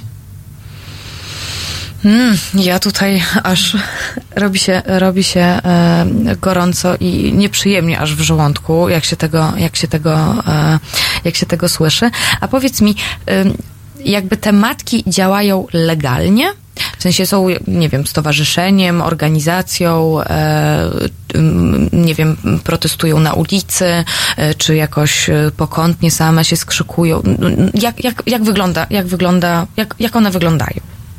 Ja tutaj aż robi się gorąco i nieprzyjemnie aż w żołądku, jak się tego słyszy. A powiedz mi, jakby te matki działają legalnie? W sensie są, nie wiem, stowarzyszeniem, organizacją, nie wiem, protestują na ulicy, czy jakoś pokątnie same się skrzykują. Jak one wyglądają?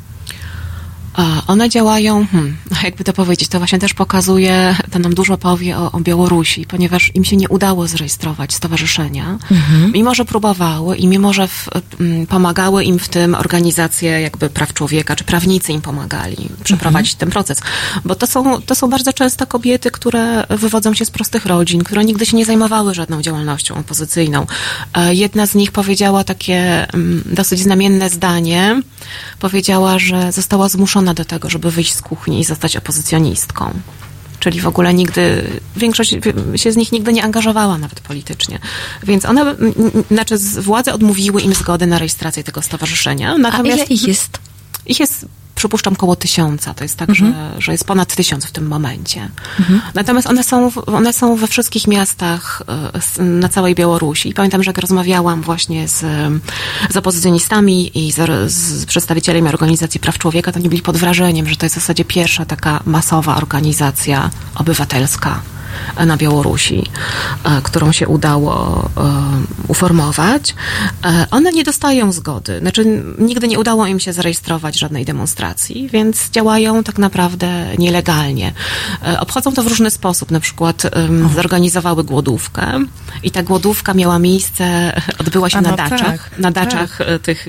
One działają, jakby to powiedzieć, to właśnie też pokazuje, to nam dużo powie o Białorusi, ponieważ im się nie udało zarejestrować stowarzyszenia, mimo że próbowały i mimo że pomagały im w tym organizacje jakby praw człowieka, czy prawnicy im pomagali przeprowadzić ten proces. Bo to są bardzo często kobiety, które wywodzą się z prostych rodzin, które nigdy się nie zajmowały żadną działalnością opozycyjną. Jedna z nich powiedziała takie dosyć znamienne zdanie, powiedziała, że została zmuszona do tego, żeby wyjść z kuchni i zostać opozycjonistką. Czyli w ogóle nigdy, większość się z nich nigdy nie angażowała nawet politycznie. Więc one, władze odmówiły im zgody na rejestrację tego stowarzyszenia. Natomiast a ile ich jest? Ich jest, przypuszczam, koło 1000. To jest tak, że jest ponad 1000 w tym momencie. Natomiast one są we wszystkich miastach na całej Białorusi. I pamiętam, że jak rozmawiałam właśnie z opozycjonistami i z przedstawicielami organizacji praw człowieka, to oni byli pod wrażeniem, że to jest w zasadzie pierwsza taka masowa organizacja obywatelska na Białorusi, którą się udało uformować. One nie dostają zgody. Znaczy, nigdy nie udało im się zarejestrować żadnej demonstracji, więc działają tak naprawdę nielegalnie. Obchodzą to w różny sposób. Na przykład zorganizowały głodówkę i ta głodówka miała miejsce, odbyła się na daczach tych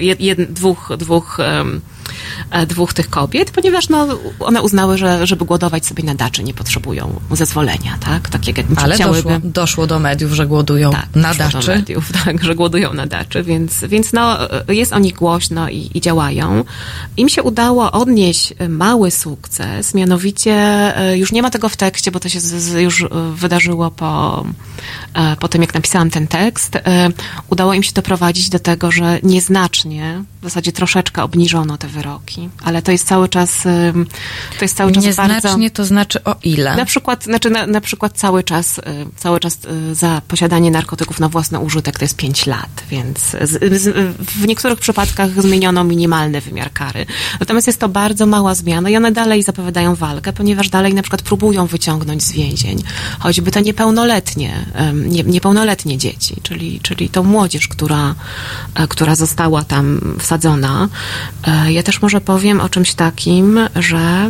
dwóch tych kobiet, ponieważ one uznały, że żeby głodować sobie na daczy nie potrzebują zezwolenia, tak? Tak jak ale doszło do mediów, że głodują na daczy. Do mediów, tak, że głodują na daczy, więc jest o nich głośno i działają. Im się udało odnieść mały sukces, mianowicie już nie ma tego w tekście, bo to się już wydarzyło po tym, jak napisałam ten tekst. Udało im się doprowadzić do tego, że nieznacznie, w zasadzie troszeczkę obniżono te wyroki, ale to jest cały czas nieznacznie bardzo... to znaczy o ile? Na przykład cały czas za posiadanie narkotyków na własny użytek to jest 5 lat, więc w niektórych przypadkach zmieniono minimalny wymiar kary. Natomiast jest to bardzo mała zmiana i one dalej zapowiadają walkę, ponieważ dalej na przykład próbują wyciągnąć z więzień choćby te niepełnoletnie dzieci, czyli tą młodzież, która została tam wsadzona. Ja też może powiem o czymś takim, że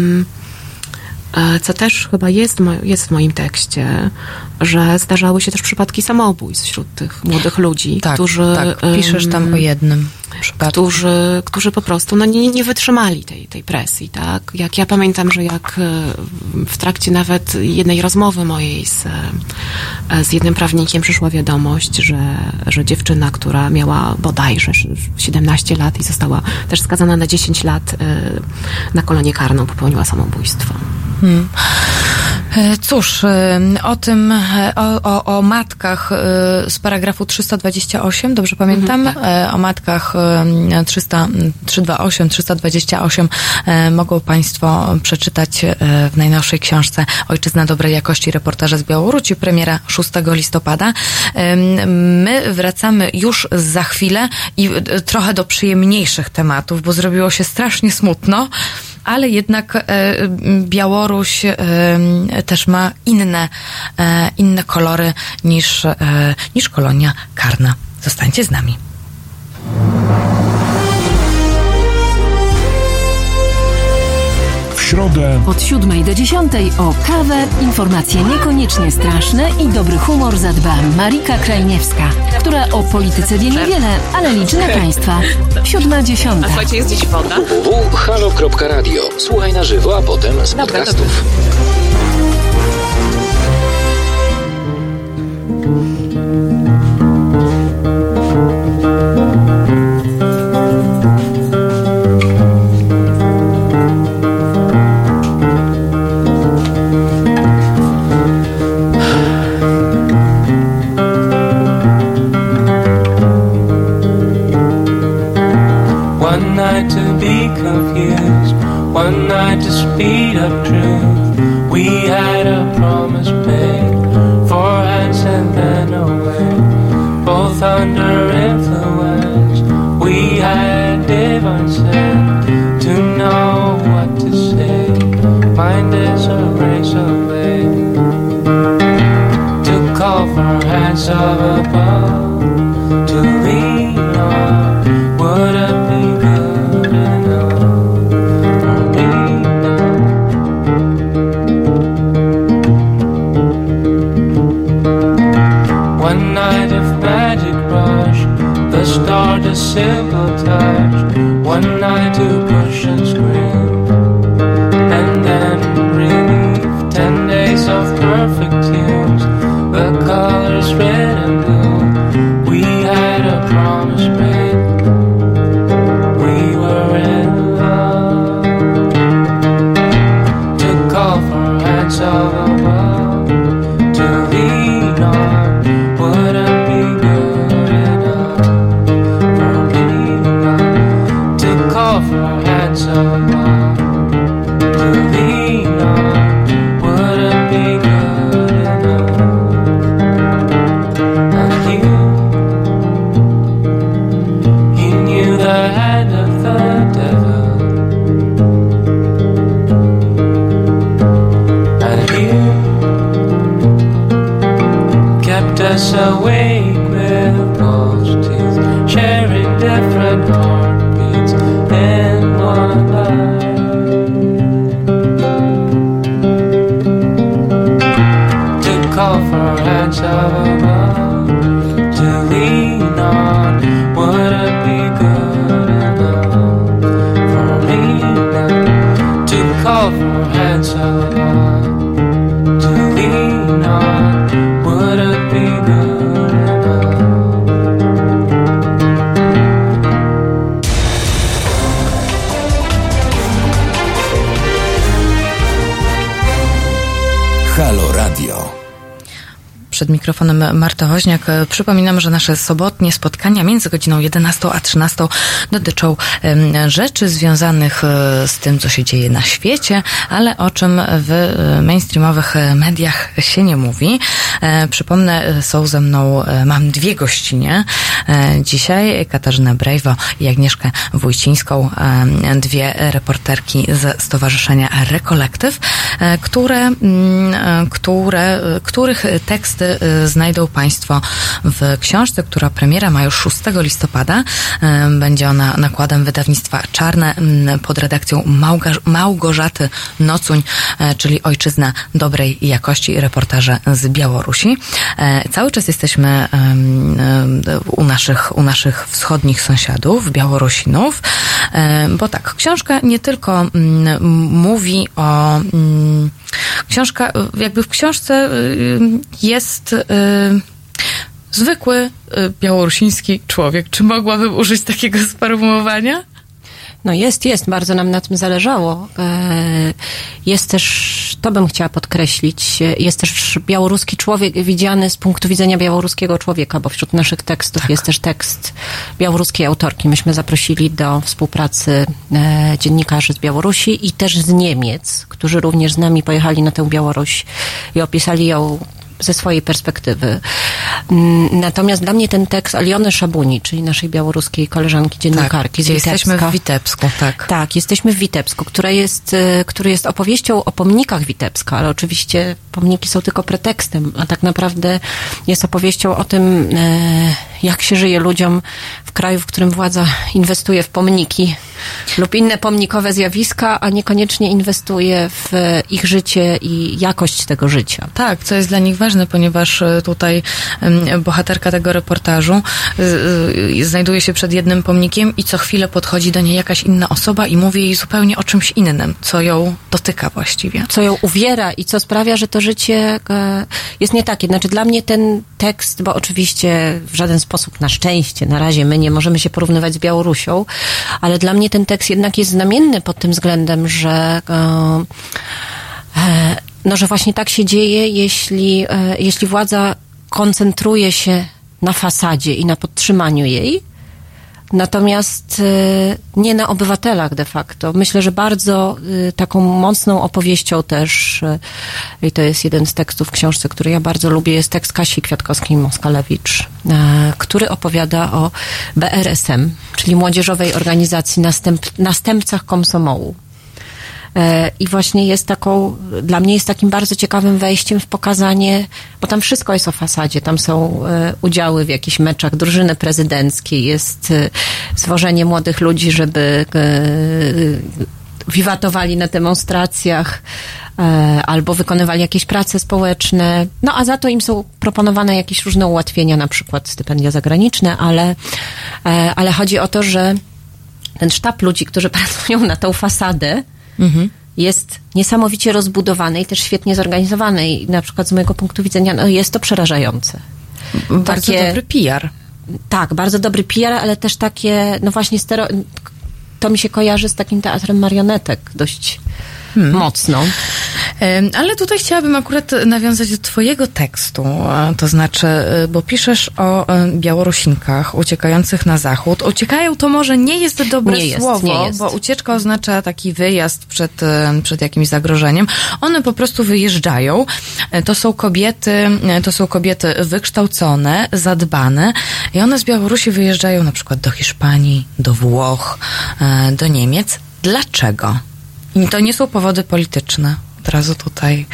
co też chyba jest w moim tekście, że zdarzały się też przypadki samobójstw wśród tych młodych ludzi, którzy... Tak, piszesz tam o jednym przypadku. Którzy po prostu nie wytrzymali tej presji, tak? Jak ja pamiętam, że jak w trakcie nawet jednej rozmowy mojej z jednym prawnikiem przyszła wiadomość, że dziewczyna, która miała bodajże 17 lat i została też skazana na 10 lat na kolonię karną, popełniła samobójstwo. Cóż, o matkach z paragrafu 328, dobrze pamiętam? O matkach 328, 328 mogą Państwo przeczytać w najnowszej książce Ojczyzna dobrej jakości, reportaże z Białorusi, premiera 6 listopada. My wracamy już za chwilę i trochę do przyjemniejszych tematów, bo zrobiło się strasznie smutno, ale jednak Białoruś też ma inne kolory niż kolonia karna. Zostańcie z nami. W środę od 7 do 10 o kawę, informacje niekoniecznie straszne i dobry humor zadba Marika Krajniewska, która o polityce wie niewiele, ale liczy na Państwa. 7:10. A słuchajcie, jest dziś woda? www.halo.radio. Słuchaj na żywo, a potem z podcastów. One night to be confused, one night to speed up truth. We had a promise made, 4 hands and then away, both under influence. We had divine sense to know what to say. Mind is a razor blade to call for hands of above, to lean on. Would it be good enough for me now? One night of magic rush, the start a simple touch. One night to push and scream, and then relief. 10 days of perfect tunes, the colors red and blue. We had a promise made. Of above, to lean on. Would it be good enough for me now to call for hands above, to lean on? Would it be good enough? And you knew the hand of the devil. Us awake with closed teeth, sharing different heartbeats in one life. To call for hands above, to lean on. Would it be good enough for me now? To call for hands above, to lean on. Would it be good enough? Halo Radio. Przed mikrofonem Marta Woźniak. Przypominam, że nasze sobotnie spotkania między godziną 11 a 13 dotyczą rzeczy związanych z tym, co się dzieje na świecie, ale o czym w mainstreamowych mediach się nie mówi. Przypomnę, są ze mną, mam 2 gościnie dzisiaj, Katarzynę Brejwo i Agnieszkę Wójcińską, 2 reporterki ze Stowarzyszenia Rekolektyw, których teksty znajdą Państwo w książce, która premiera ma już 6 listopada. Będzie ona nakładem wydawnictwa Czarne pod redakcją Małgorzaty Nocuń, czyli Ojczyzna dobrej jakości, reportaże z Białorusi. Cały czas jesteśmy u naszych wschodnich sąsiadów, Białorusinów, bo tak, książka nie tylko mówi o... Książka, jakby w książce jest zwykły białorusiński człowiek. Czy mogłabym użyć takiego sformułowania? No jest. Bardzo nam na tym zależało. Jest też, to bym chciała podkreślić, jest też białoruski człowiek widziany z punktu widzenia białoruskiego człowieka, bo wśród naszych tekstów jest też tekst białoruskiej autorki. Myśmy zaprosili do współpracy dziennikarzy z Białorusi i też z Niemiec, którzy również z nami pojechali na tę Białoruś i opisali ją ze swojej perspektywy. Natomiast dla mnie ten tekst Aliony Szabuni, czyli naszej białoruskiej koleżanki, dziennikarki z Witebska. Jesteśmy w Witebsku, tak. Tak, jesteśmy w Witebsku, który jest opowieścią o pomnikach Witebska, ale oczywiście pomniki są tylko pretekstem, a tak naprawdę jest opowieścią o tym, jak się żyje ludziom w kraju, w którym władza inwestuje w pomniki lub inne pomnikowe zjawiska, a niekoniecznie inwestuje w ich życie i jakość tego życia. Tak, co jest dla nich ważne, ponieważ tutaj bohaterka tego reportażu znajduje się przed jednym pomnikiem i co chwilę podchodzi do niej jakaś inna osoba i mówi jej zupełnie o czymś innym, co ją dotyka właściwie. Co ją uwiera i co sprawia, że to życie jest nie takie. Znaczy dla mnie ten tekst, bo oczywiście w żaden sposób na szczęście, na razie my nie możemy się porównywać z Białorusią, ale dla mnie ten tekst jednak jest znamienny pod tym względem, że że właśnie tak się dzieje, jeśli władza koncentruje się na fasadzie i na podtrzymaniu jej, natomiast nie na obywatelach de facto. Myślę, że bardzo taką mocną opowieścią też, i to jest jeden z tekstów w książce, który ja bardzo lubię, jest tekst Kasi Kwiatkowskiej-Moskalewicz, który opowiada o BRSM, czyli Młodzieżowej Organizacji Następcach Komsomołu. I właśnie jest dla mnie jest takim bardzo ciekawym wejściem w pokazanie, bo tam wszystko jest o fasadzie, tam są udziały w jakichś meczach drużyny prezydenckiej, jest zwożenie młodych ludzi, żeby wiwatowali na demonstracjach, albo wykonywali jakieś prace społeczne, no a za to im są proponowane jakieś różne ułatwienia, na przykład stypendia zagraniczne, ale chodzi o to, że ten sztab ludzi, którzy pracują na tą fasadę, jest niesamowicie rozbudowany i też świetnie zorganizowany i na przykład z mojego punktu widzenia jest to przerażające. Bardzo dobry PR. Tak, bardzo dobry PR, ale też takie, no właśnie to mi się kojarzy z takim teatrem marionetek dość mocno. Ale tutaj chciałabym akurat nawiązać do twojego tekstu, to znaczy, bo piszesz o Białorusinkach uciekających na zachód. Uciekają to może nie jest dobre słowo, bo ucieczka oznacza taki wyjazd przed jakimś zagrożeniem. One po prostu wyjeżdżają. To są kobiety wykształcone, zadbane i one z Białorusi wyjeżdżają na przykład do Hiszpanii, do Włoch, do Niemiec. Dlaczego? I to nie są powody polityczne. Od razu tutaj.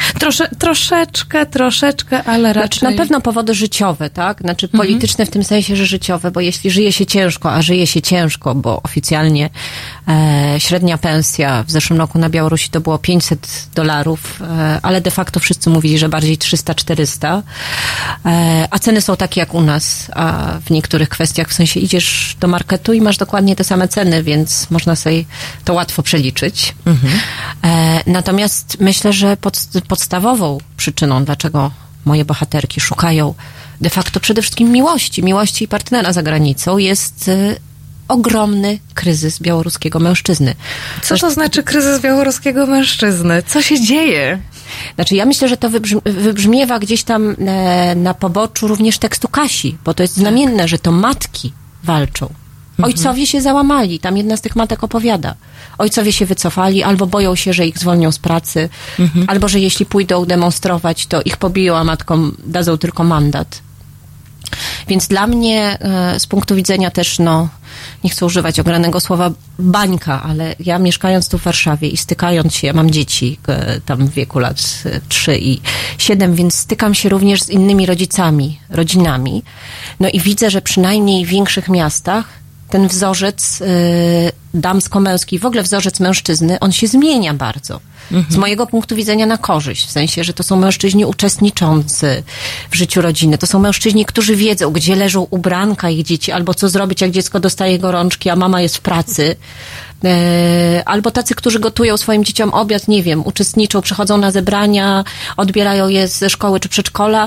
Troszeczkę, ale raczej... Znaczy, na pewno powody życiowe, tak? Znaczy polityczne w tym sensie, że życiowe, bo jeśli żyje się ciężko, a żyje się ciężko, bo oficjalnie średnia pensja w zeszłym roku na Białorusi to było $500, ale de facto wszyscy mówili, że bardziej 300-400, a ceny są takie jak u nas, a w niektórych kwestiach, w sensie idziesz do marketu i masz dokładnie te same ceny, więc można sobie to łatwo przeliczyć. Natomiast myślę, że podstawową przyczyną, dlaczego moje bohaterki szukają de facto przede wszystkim miłości i partnera za granicą, jest ogromny kryzys białoruskiego mężczyzny. Co to znaczy kryzys białoruskiego mężczyzny? Co się dzieje? Znaczy, ja myślę, że to wybrzmiewa gdzieś tam na poboczu również tekstu Kasi, bo to jest znamienne, że to matki walczą. Ojcowie się załamali, tam jedna z tych matek opowiada. Ojcowie się wycofali, albo boją się, że ich zwolnią z pracy, albo że jeśli pójdą demonstrować, to ich pobiją, a matkom dadzą tylko mandat. Więc dla mnie z punktu widzenia też, nie chcę używać ogranego słowa bańka, ale ja mieszkając tu w Warszawie i stykając się, ja mam dzieci tam w wieku lat 3 i 7, więc stykam się również z innymi rodzinami. No i widzę, że przynajmniej w większych miastach ten wzorzec damsko-męski, w ogóle wzorzec mężczyzny, on się zmienia bardzo. Z mojego punktu widzenia na korzyść, w sensie, że to są mężczyźni uczestniczący w życiu rodziny. To są mężczyźni, którzy wiedzą, gdzie leżą ubranka ich dzieci, albo co zrobić, jak dziecko dostaje gorączki, a mama jest w pracy. Albo tacy, którzy gotują swoim dzieciom obiad, nie wiem, uczestniczą, przychodzą na zebrania, odbierają je ze szkoły czy przedszkola.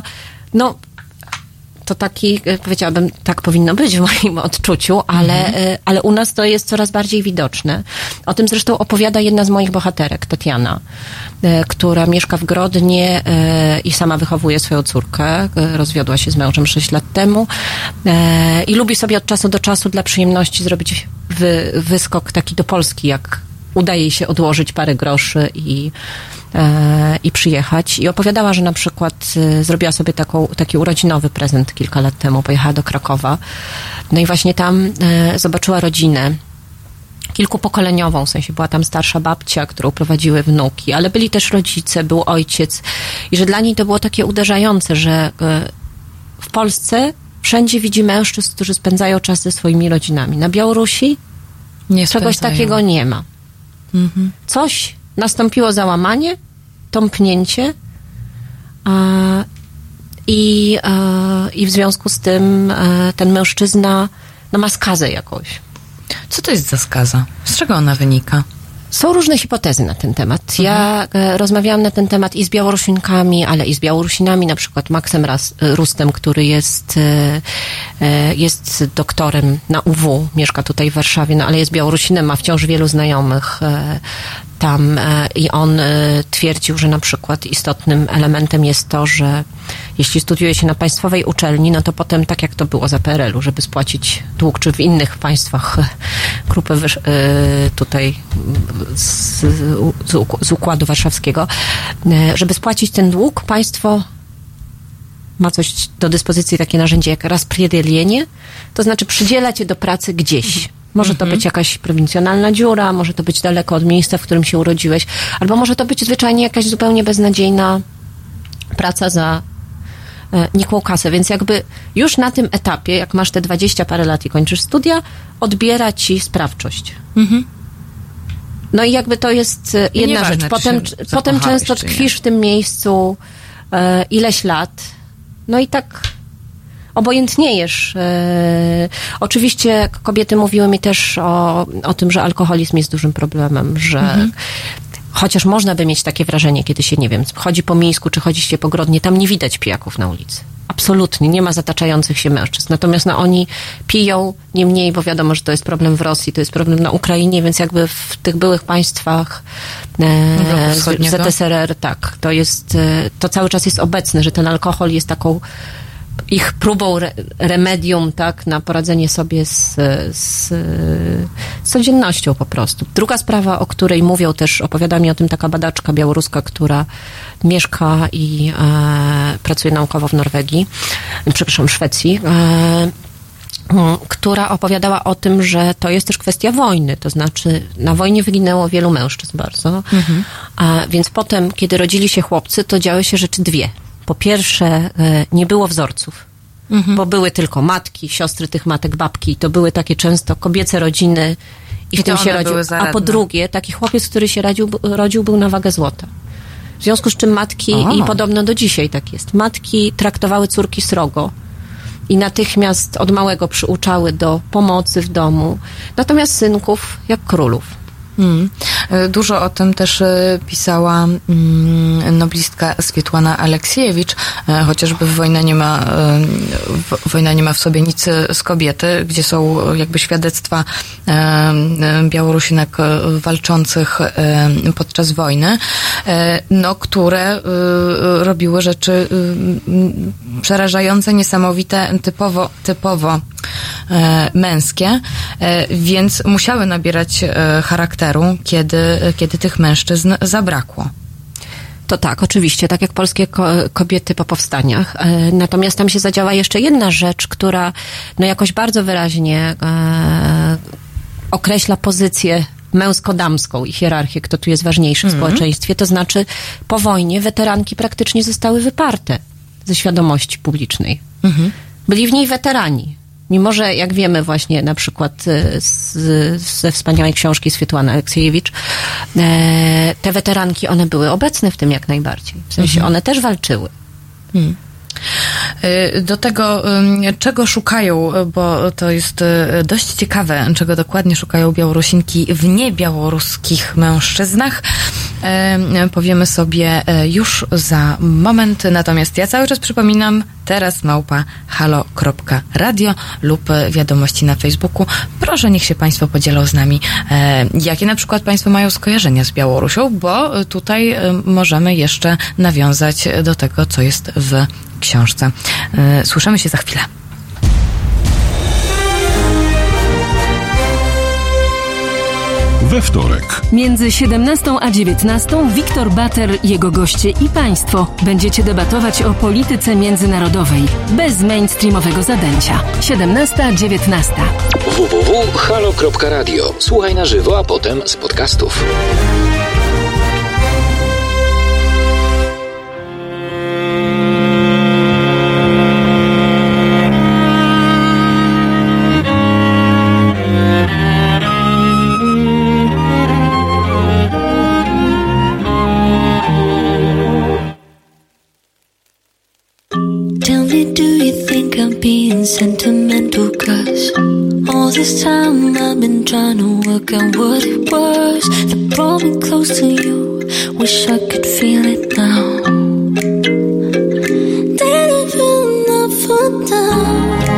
To taki, powiedziałabym, tak powinno być w moim odczuciu, ale u nas to jest coraz bardziej widoczne. O tym zresztą opowiada jedna z moich bohaterek, Tatiana, która mieszka w Grodnie i sama wychowuje swoją córkę. Rozwiodła się z mężem 6 lat temu i lubi sobie od czasu do czasu dla przyjemności zrobić wyskok taki do Polski, jak udaje jej się odłożyć parę groszy i przyjechać. I opowiadała, że na przykład zrobiła sobie taki urodzinowy prezent kilka lat temu. Pojechała do Krakowa. No i właśnie tam zobaczyła rodzinę kilkupokoleniową, w sensie była tam starsza babcia, którą prowadziły wnuki, ale byli też rodzice, był ojciec. I że dla niej to było takie uderzające, że w Polsce wszędzie widzi mężczyzn, którzy spędzają czas ze swoimi rodzinami. Na Białorusi Nie Czegoś spędzają. takiego nie ma. Coś nastąpiło, załamanie, tąpnięcie i w związku z tym ten mężczyzna ma skazę jakąś. Co to jest za skaza? Z czego ona wynika? Są różne hipotezy na ten temat. Ja rozmawiałam na ten temat i z Białorusinkami, ale i z Białorusinami, na przykład Maxem Rustem, który jest doktorem na UW, mieszka tutaj w Warszawie, no ale jest Białorusinem, ma wciąż wielu znajomych tam i on twierdził, że na przykład istotnym elementem jest to, że jeśli studiuje się na państwowej uczelni, no to potem, tak jak to było za PRL-u, żeby spłacić dług, czy w innych państwach grupy tutaj z Układu Warszawskiego, żeby spłacić ten dług, państwo ma coś do dyspozycji, takie narzędzie jak rozprzedelienie, to znaczy przydziela cię do pracy gdzieś. Może to być jakaś prowincjonalna dziura, może to być daleko od miejsca, w którym się urodziłeś, albo może to być zwyczajnie jakaś zupełnie beznadziejna praca za nikłą kasę. Więc jakby już na tym etapie, jak masz te 20 parę lat i kończysz studia, odbiera ci sprawczość. No i jakby to jest jedna rzecz. Potem często tkwisz w tym miejscu ileś lat, no i tak obojętniejesz. Oczywiście kobiety mówiły mi też o tym, że alkoholizm jest dużym problemem, że chociaż można by mieć takie wrażenie, kiedy się, nie wiem, chodzi po Mińsku, czy chodzi się po Grodnie, tam nie widać pijaków na ulicy. Absolutnie, nie ma zataczających się mężczyzn. Natomiast oni piją niemniej, bo wiadomo, że to jest problem w Rosji, to jest problem na Ukrainie, więc jakby w tych byłych państwach ZSRR, tak, to cały czas jest obecne, że ten alkohol jest taką ich próbą remedium, tak, na poradzenie sobie z codziennością po prostu. Druga sprawa, o której mówią też, opowiada mi o tym taka badaczka białoruska, która mieszka i pracuje naukowo w Norwegii, przepraszam, Szwecji, która opowiadała o tym, że to jest też kwestia wojny, to znaczy na wojnie wyginęło wielu mężczyzn bardzo, więc potem, kiedy rodzili się chłopcy, to działy się rzeczy dwie. Po pierwsze, nie było wzorców, bo były tylko matki, siostry tych matek, babki. To były takie często kobiece rodziny i w tym się rodził. A po drugie, taki chłopiec, który się rodził, był na wagę złota. W związku z czym matki, i podobno do dzisiaj tak jest, matki traktowały córki srogo i natychmiast od małego przyuczały do pomocy w domu. Natomiast synków jak królów. Dużo o tym też pisała noblistka Swietłana Aleksiejewicz, chociażby Wojna nie ma w sobie nic z kobiety, gdzie są jakby świadectwa Białorusinek walczących podczas wojny, które robiły rzeczy przerażające, niesamowite, typowo męskie, więc musiały nabierać charakteru, kiedy tych mężczyzn zabrakło. To tak, oczywiście, tak jak polskie kobiety po powstaniach. Natomiast tam się zadziała jeszcze jedna rzecz, która jakoś bardzo wyraźnie określa pozycję męsko-damską i hierarchię, kto tu jest ważniejszy w społeczeństwie. To znaczy, po wojnie weteranki praktycznie zostały wyparte ze świadomości publicznej. Byli w niej weterani. Mimo że, jak wiemy właśnie na przykład ze wspaniałej książki Swietłany Aleksiejewicz, te weteranki, one były obecne w tym jak najbardziej. W sensie one też walczyły. Do tego, czego szukają, bo to jest dość ciekawe, czego dokładnie szukają Białorusinki w niebiałoruskich mężczyznach, powiemy sobie już za moment. Natomiast ja cały czas przypominam, teraz @halo.radio lub wiadomości na Facebooku. Proszę, niech się Państwo podzielą z nami, jakie na przykład Państwo mają skojarzenia z Białorusią, bo tutaj możemy jeszcze nawiązać do tego, co jest w książce. Słyszymy się za chwilę. We wtorek. Między 17 a 19 Wiktor Bater, jego goście i Państwo będziecie debatować o polityce międzynarodowej bez mainstreamowego zadęcia. 17-19. www.halo.radio. Słuchaj na żywo, a potem z podcastów. Tell me, do you think I'm being sentimental? 'Cause all this time I've been trying to work out what it was that brought me close to you. Wish I could feel it now. Did it feel enough for now?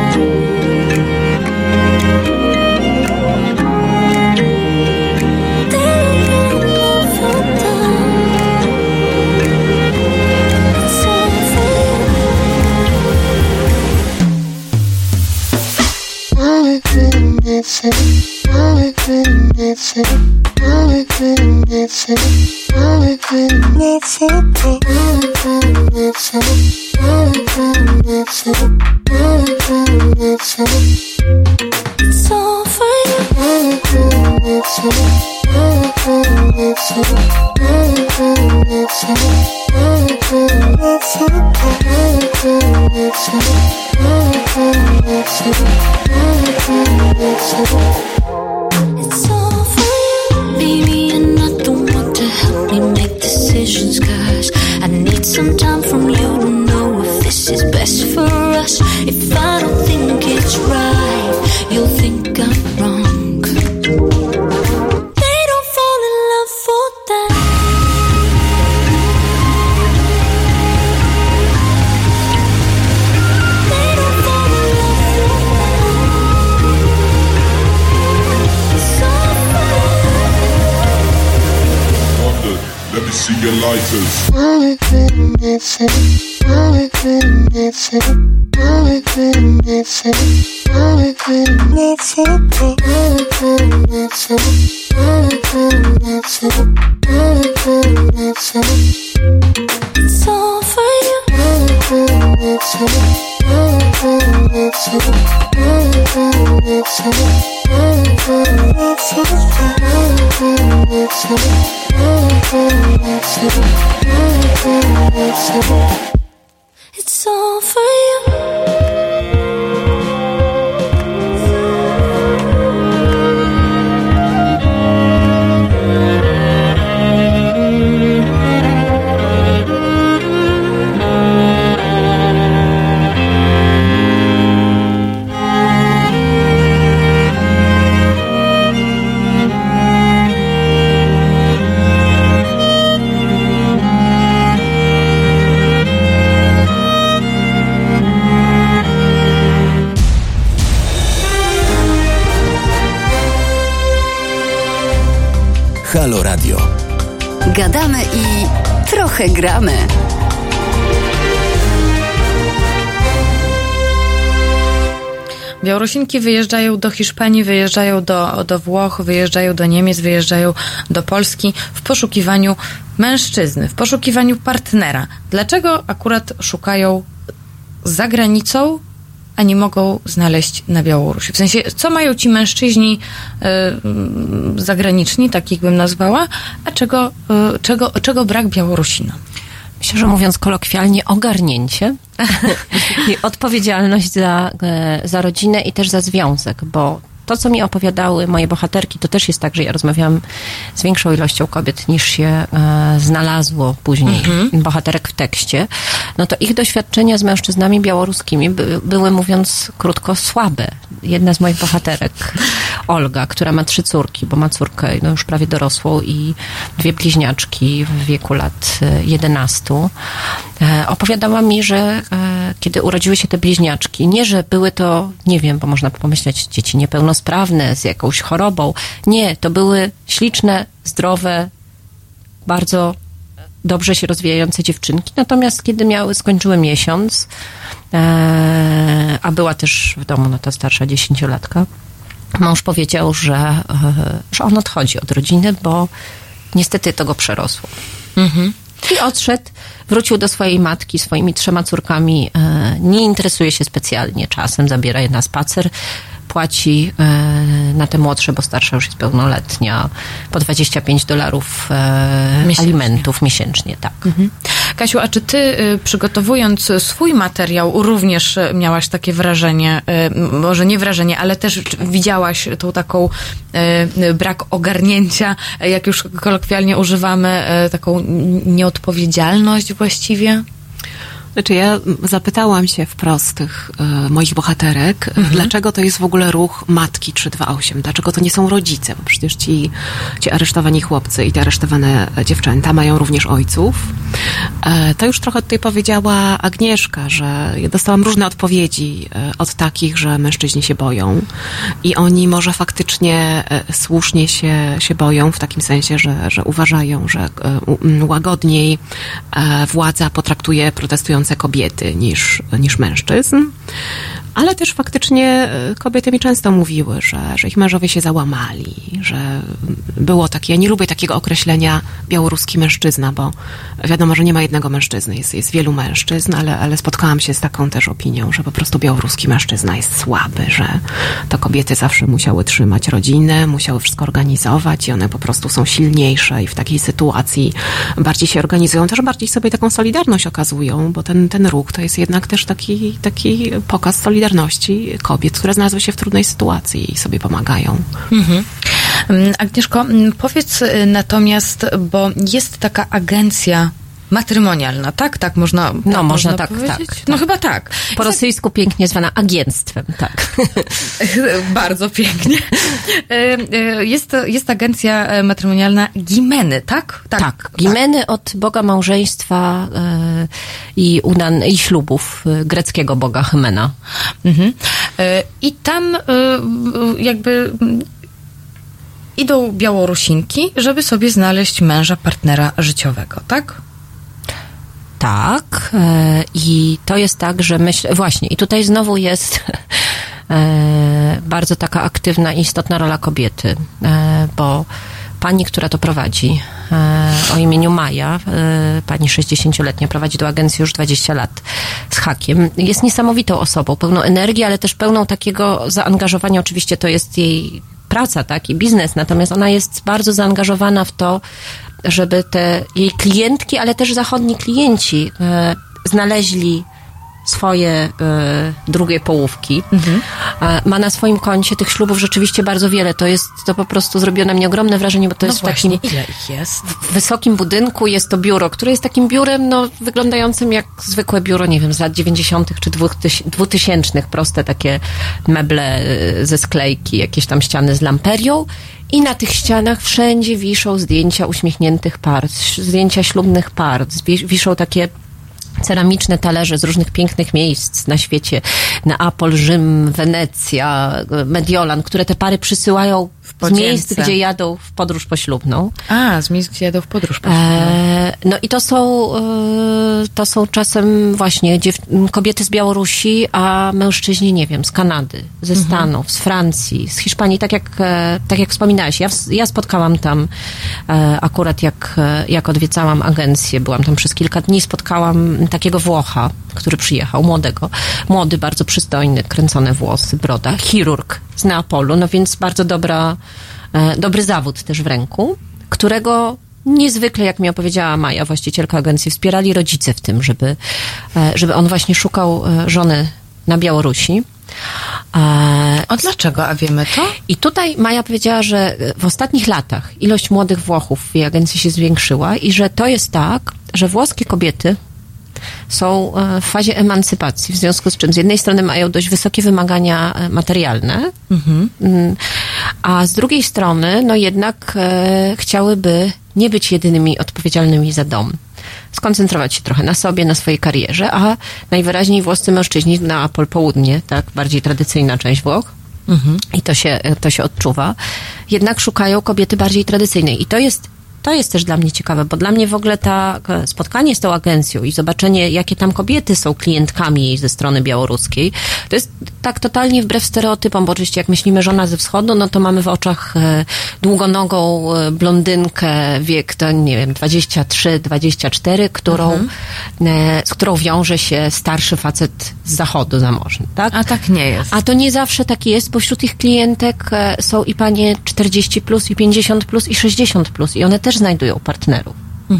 It's all for you. It's all for you. Baby, you're not the one to help me make decisions, 'cause I need some time from you to know if this is best for us. If I don't think it's right, you'll think I'm wrong. They don't fall in love for that. They don't fall in love for that. It's all for you. London, let me see your lighters. It's all for you. It's all for you. Halo Radio. Gadamy i trochę gramy. Białorusinki wyjeżdżają do Hiszpanii, wyjeżdżają do Włoch, wyjeżdżają do Niemiec, wyjeżdżają do Polski w poszukiwaniu mężczyzny, w poszukiwaniu partnera. Dlaczego akurat szukają za granicą, a nie mogą znaleźć na Białorusi? W sensie, co mają ci mężczyźni zagraniczni, takich bym nazwała, a czego brak Białorusinom? Myślę, że mówiąc kolokwialnie, ogarnięcie i odpowiedzialność za rodzinę i też za związek, bo to, co mi opowiadały moje bohaterki, to też jest tak, że ja rozmawiałam z większą ilością kobiet niż się znalazło później bohaterek w tekście, no to ich doświadczenia z mężczyznami białoruskimi były, mówiąc krótko, słabe. Jedna z moich bohaterek, Olga, która ma 3 córki, bo ma córkę już prawie dorosłą i 2 bliźniaczki w wieku lat 11, opowiadała mi, że kiedy urodziły się te bliźniaczki, nie, że były to, nie wiem, bo można pomyśleć, dzieci niepełnosprawne, z jakąś chorobą. Nie, to były śliczne, zdrowe, bardzo dobrze się rozwijające dziewczynki. Natomiast kiedy skończyły miesiąc, a była też w domu, no ta starsza 10-latka, mąż powiedział, że on odchodzi od rodziny, bo niestety to go przerosło. I odszedł, wrócił do swojej matki, swoimi 3 córkami, nie interesuje się specjalnie czasem, zabiera je na spacer, płaci na te młodsze, bo starsza już jest pełnoletnia, po $25 alimentów miesięcznie, tak. Kasiu, a czy ty, przygotowując swój materiał, również miałaś takie wrażenie, może nie wrażenie, ale też widziałaś tą taką brak ogarnięcia, jak już kolokwialnie używamy, taką nieodpowiedzialność właściwie? Znaczy ja zapytałam się wprost tych moich bohaterek, dlaczego to jest w ogóle ruch Matki 328, dlaczego to nie są rodzice, bo przecież ci aresztowani chłopcy i te aresztowane dziewczęta mają również ojców. To już trochę tutaj powiedziała Agnieszka, że ja dostałam różne odpowiedzi od takich, że mężczyźni się boją i oni może faktycznie słusznie się boją, w takim sensie, że uważają, że łagodniej władza potraktuje protestujące kobiety niż mężczyzn. Ale też faktycznie kobiety mi często mówiły, że ich mężowie się załamali, że było takie, ja nie lubię takiego określenia białoruski mężczyzna, bo wiadomo, że nie ma jednego mężczyzny, jest wielu mężczyzn, ale spotkałam się z taką też opinią, że po prostu białoruski mężczyzna jest słaby, że to kobiety zawsze musiały trzymać rodzinę, musiały wszystko organizować i one po prostu są silniejsze i w takiej sytuacji bardziej się organizują, też bardziej sobie taką solidarność okazują, bo ten ruch to jest jednak też taki pokaz solidarności kobiet, które znalazły się w trudnej sytuacji i sobie pomagają. Agnieszko, powiedz natomiast, bo jest taka agencja matrymonialna, tak? Tak można można tak powiedzieć? Tak. No chyba tak. Po rosyjsku pięknie zwana agentstwem, tak. Bardzo pięknie. Jest agencja matrymonialna Gimeny, tak? Tak. Gimeny od Boga małżeństwa i ślubów greckiego boga Hymena. I tam jakby idą Białorusinki, żeby sobie znaleźć męża, partnera życiowego, tak? Tak. I to jest tak, że myślę... Właśnie, i tutaj znowu jest bardzo taka aktywna i istotna rola kobiety, bo pani, która to prowadzi, o imieniu Maja, pani 60-letnia, prowadzi tę agencję już 20 lat z hakiem. Jest niesamowitą osobą, pełną energii, ale też pełną takiego zaangażowania. Oczywiście to jest jej praca, tak, i biznes, natomiast ona jest bardzo zaangażowana w to, żeby te jej klientki, ale też zachodni klienci znaleźli swoje drugie połówki. Ma na swoim koncie tych ślubów rzeczywiście bardzo wiele. To po prostu zrobiło na mnie ogromne wrażenie, bo to jest właśnie, w takim ile ich jest? W wysokim budynku jest to biuro, które jest takim biurem, wyglądającym jak zwykłe biuro, nie wiem, z lat 90. czy 2000. Proste takie meble ze sklejki, jakieś tam ściany z lamperią. I na tych ścianach wszędzie wiszą zdjęcia uśmiechniętych par, zdjęcia ślubnych par, wiszą takie ceramiczne talerze z różnych pięknych miejsc na świecie. Neapol, Rzym, Wenecja, Mediolan, które te pary przysyłają z miejsc, gdzie jadą w podróż poślubną. Z miejsc, gdzie jadą w podróż poślubną. No i to są czasem właśnie kobiety z Białorusi, a mężczyźni, nie wiem, z Kanady, ze Stanów, z Francji, z Hiszpanii, tak jak wspominałaś. Ja spotkałam tam akurat jak odwiedzałam agencję, byłam tam przez kilka dni, spotkałam takiego Włocha, który przyjechał, młody, bardzo przystojny, kręcone włosy, broda, chirurg z Neapolu, no więc bardzo dobry zawód też w ręku, którego niezwykle, jak mi opowiedziała Maja, właścicielka agencji, wspierali rodzice w tym, żeby on właśnie szukał żony na Białorusi. A dlaczego? A wiemy to? I tutaj Maja powiedziała, że w ostatnich latach ilość młodych Włochów w jej agencji się zwiększyła i że to jest tak, że włoskie kobiety są w fazie emancypacji, w związku z czym z jednej strony mają dość wysokie wymagania materialne, a z drugiej strony jednak chciałyby nie być jedynymi odpowiedzialnymi za dom. Skoncentrować się trochę na sobie, na swojej karierze, a najwyraźniej włoscy mężczyźni, Neapol południe, tak, bardziej tradycyjna część Włoch, i to się odczuwa, jednak szukają kobiety bardziej tradycyjnej. I to jest też dla mnie ciekawe, bo dla mnie w ogóle spotkanie z tą agencją i zobaczenie, jakie tam kobiety są klientkami jej ze strony białoruskiej, to jest tak totalnie wbrew stereotypom, bo oczywiście jak myślimy żona ze wschodu, no to mamy w oczach długonogą blondynkę, wiek to nie wiem, 23-24, z którą wiąże się starszy facet z zachodu zamożny, tak? A tak nie jest. A to nie zawsze tak jest, bo wśród tych klientek są i panie 40+, i 50+, i 60+, i one też znajdują partnerów.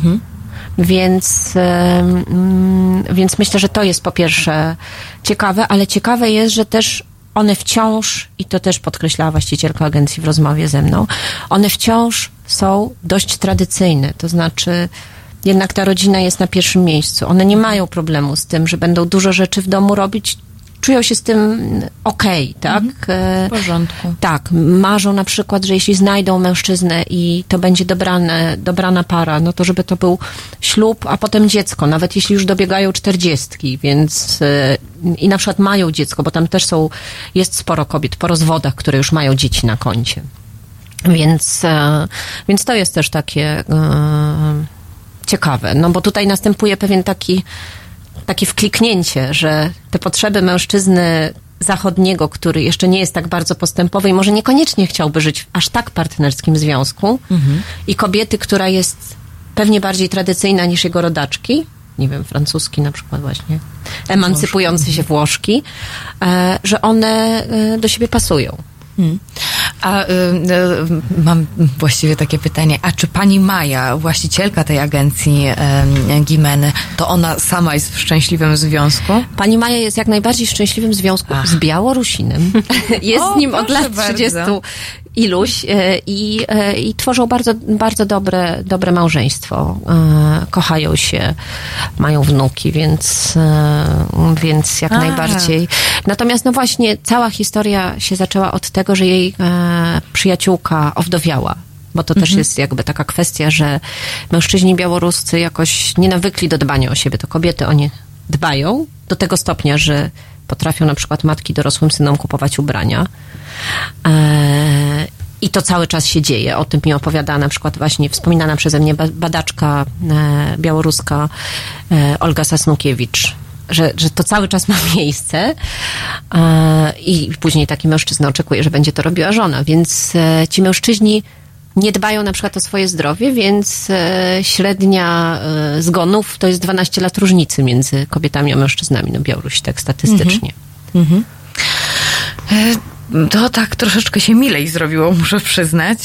Więc myślę, że to jest po pierwsze ciekawe, ale ciekawe jest, że też one wciąż, i to też podkreślała właścicielka agencji w rozmowie ze mną, one wciąż są dość tradycyjne, to znaczy jednak ta rodzina jest na pierwszym miejscu. One nie mają problemu z tym, że będą dużo rzeczy w domu robić. Czują się z tym okej, tak? W porządku. Tak. Marzą na przykład, że jeśli znajdą mężczyznę i to będzie dobrana para, no to żeby to był ślub, a potem dziecko, nawet jeśli już dobiegają 40, więc i na przykład mają dziecko, bo tam też jest sporo kobiet po rozwodach, które już mają dzieci na koncie. Więc to jest też takie ciekawe, no bo tutaj następuje pewien takie wkliknięcie, że te potrzeby mężczyzny zachodniego, który jeszcze nie jest tak bardzo postępowy i może niekoniecznie chciałby żyć w aż tak partnerskim związku, i kobiety, która jest pewnie bardziej tradycyjna niż jego rodaczki, nie wiem, francuski na przykład właśnie, emancypujące się Włoszki, że one do siebie pasują. A mam właściwie takie pytanie, a czy pani Maja, właścicielka tej agencji Gimeny, to ona sama jest w szczęśliwym związku? Pani Maja jest jak najbardziej w szczęśliwym związku z Białorusinem. Jest z nim od lat 30 iluś i tworzą bardzo, bardzo dobre małżeństwo. Kochają się, mają wnuki, więc jak najbardziej. Natomiast no właśnie cała historia się zaczęła od tego, że jej przyjaciółka owdowiała. Bo to też jest jakby taka kwestia, że mężczyźni białoruscy jakoś nie nawykli do dbania o siebie. To kobiety o nie dbają do tego stopnia, że potrafią na przykład matki dorosłym synom kupować ubrania. I to cały czas się dzieje. O tym mi opowiada na przykład właśnie wspominana przeze mnie badaczka białoruska Olga Sasnukiewicz, że to cały czas ma miejsce i później taki mężczyzna oczekuje, że będzie to robiła żona. Więc ci mężczyźni nie dbają na przykład o swoje zdrowie, więc średnia zgonów to jest 12 lat różnicy między kobietami a mężczyznami na Białorusi, tak statystycznie. To tak troszeczkę się milej zrobiło, muszę przyznać.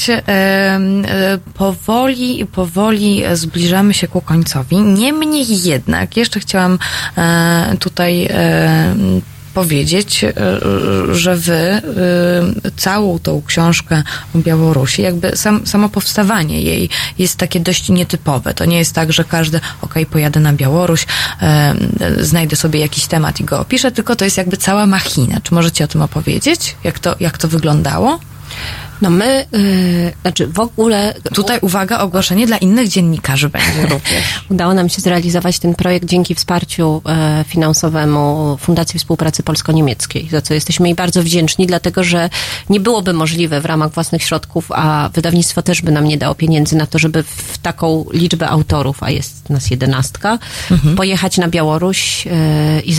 Powoli zbliżamy się ku końcowi. Niemniej jednak, jeszcze chciałam tutaj powiedzieć, że wy całą tą książkę o Białorusi, jakby samo powstawanie jej jest takie dość nietypowe. To nie jest tak, że każdy, pojadę na Białoruś, znajdę sobie jakiś temat i go opiszę, tylko to jest jakby cała machina. Czy możecie o tym opowiedzieć? Jak to wyglądało? No my, w ogóle... Tutaj uwaga, ogłoszenie dla innych dziennikarzy będzie również. Udało nam się zrealizować ten projekt dzięki wsparciu finansowemu Fundacji Współpracy Polsko-Niemieckiej, za co jesteśmy jej bardzo wdzięczni, dlatego że nie byłoby możliwe w ramach własnych środków, a wydawnictwo też by nam nie dało pieniędzy na to, żeby w taką liczbę autorów, a jest nas 11, pojechać na Białoruś i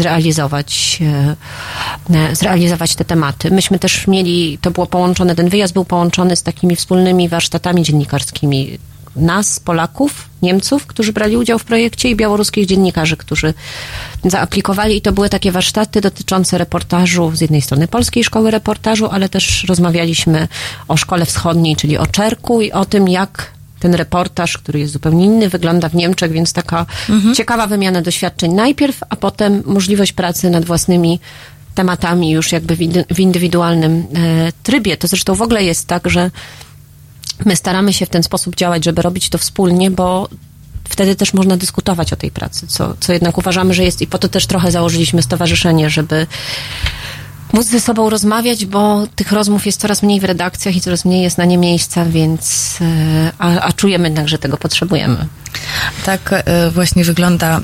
zrealizować te tematy. Myśmy też mieli, to było połączone, ten wyjazd był połączony z takimi wspólnymi warsztatami dziennikarskimi nas, Polaków, Niemców, którzy brali udział w projekcie, i białoruskich dziennikarzy, którzy zaaplikowali, i to były takie warsztaty dotyczące reportażu, z jednej strony Polskiej Szkoły Reportażu, ale też rozmawialiśmy o Szkole Wschodniej, czyli o Czerku, i o tym, jak ten reportaż, który jest zupełnie inny, wygląda w Niemczech, więc taka ciekawa wymiana doświadczeń najpierw, a potem możliwość pracy nad własnymi tematami już jakby w indywidualnym trybie. To zresztą w ogóle jest tak, że my staramy się w ten sposób działać, żeby robić to wspólnie, bo wtedy też można dyskutować o tej pracy, co jednak uważamy, że jest, i po to też trochę założyliśmy stowarzyszenie, żeby móc ze sobą rozmawiać, bo tych rozmów jest coraz mniej w redakcjach i coraz mniej jest na nie miejsca, więc a czujemy jednak, że tego potrzebujemy. Tak właśnie wygląda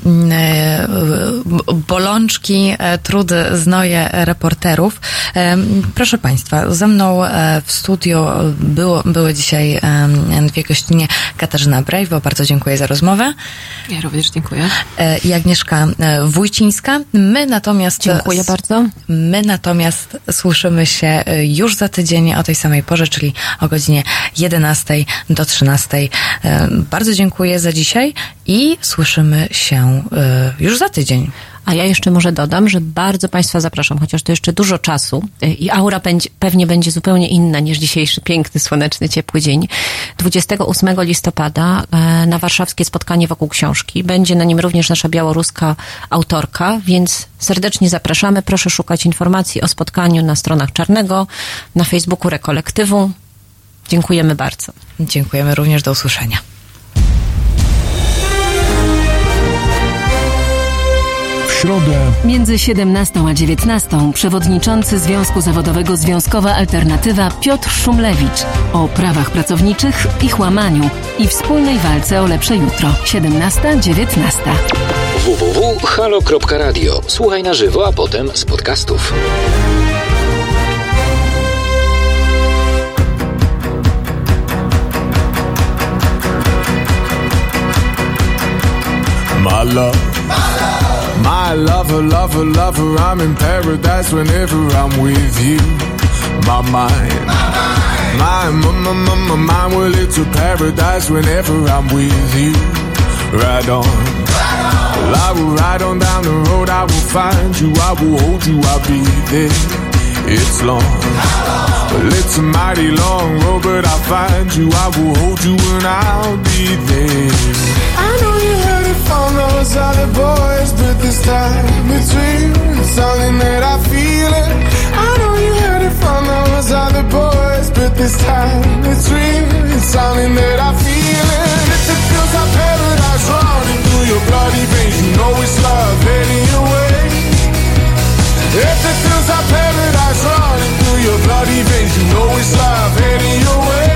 bolączki, trudy, znoje reporterów. Proszę Państwa, ze mną w studiu były dzisiaj dwie gościnie. Katarzyna Brejwo, bardzo dziękuję za rozmowę. Ja również dziękuję. I Agnieszka Wójcińska. Dziękuję bardzo. My natomiast słyszymy się już za tydzień o tej samej porze, czyli o godzinie 11 do 13. Bardzo dziękuję za dzisiaj i słyszymy się już za tydzień. A ja jeszcze może dodam, że bardzo Państwa zapraszam, chociaż to jeszcze dużo czasu i aura pewnie będzie zupełnie inna niż dzisiejszy piękny, słoneczny, ciepły dzień. 28 listopada na warszawskie spotkanie wokół książki. Będzie na nim również nasza białoruska autorka, więc serdecznie zapraszamy. Proszę szukać informacji o spotkaniu na stronach Czarnego, na Facebooku Rekolektywu. Dziękujemy bardzo. Dziękujemy również, do usłyszenia. środę Między 17 a 19 przewodniczący Związku Zawodowego Związkowa Alternatywa Piotr Szumlewicz o prawach pracowniczych, ich łamaniu i wspólnej walce o lepsze jutro. 17-19. www.halo.radio. Słuchaj na żywo, a potem z podcastów. My love, my lover, lover, lover, I'm in paradise whenever I'm with you. My mind, my mind, well it's a paradise whenever I'm with you. Ride on, well I will ride on down the road, I will find you, I will hold you, I'll be there. It's long, well it's a mighty long road, but I'll find you, I will hold you and I'll be there. I know you heard it from those other boys, but this time it's real, it's something that I feel it. I know you heard it from those other boys, but this time it's real, it's something that I feel it. If it feels like paradise running through your bloody veins, you know it's love heading your way. If it feels like paradise running through your bloody veins, you know it's love heading your way.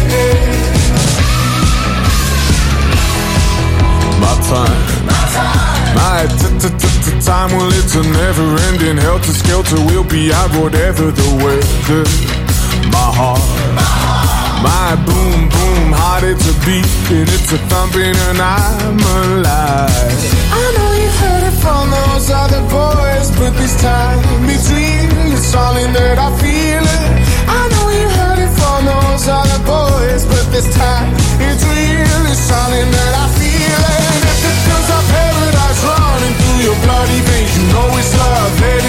My time, my time, well it's a never-ending helter-skelter. We'll be out whatever the weather. My heart, my boom, boom heart, it's a beating, it's a thumping, and I'm alive. I know you've heard it from those other boys, but this time it's real, it's something that I feel it. I know you heard it from those other boys, but this time it's real, it's something that I feel it. If it feels like paradise running through your bloody veins, you know it's love.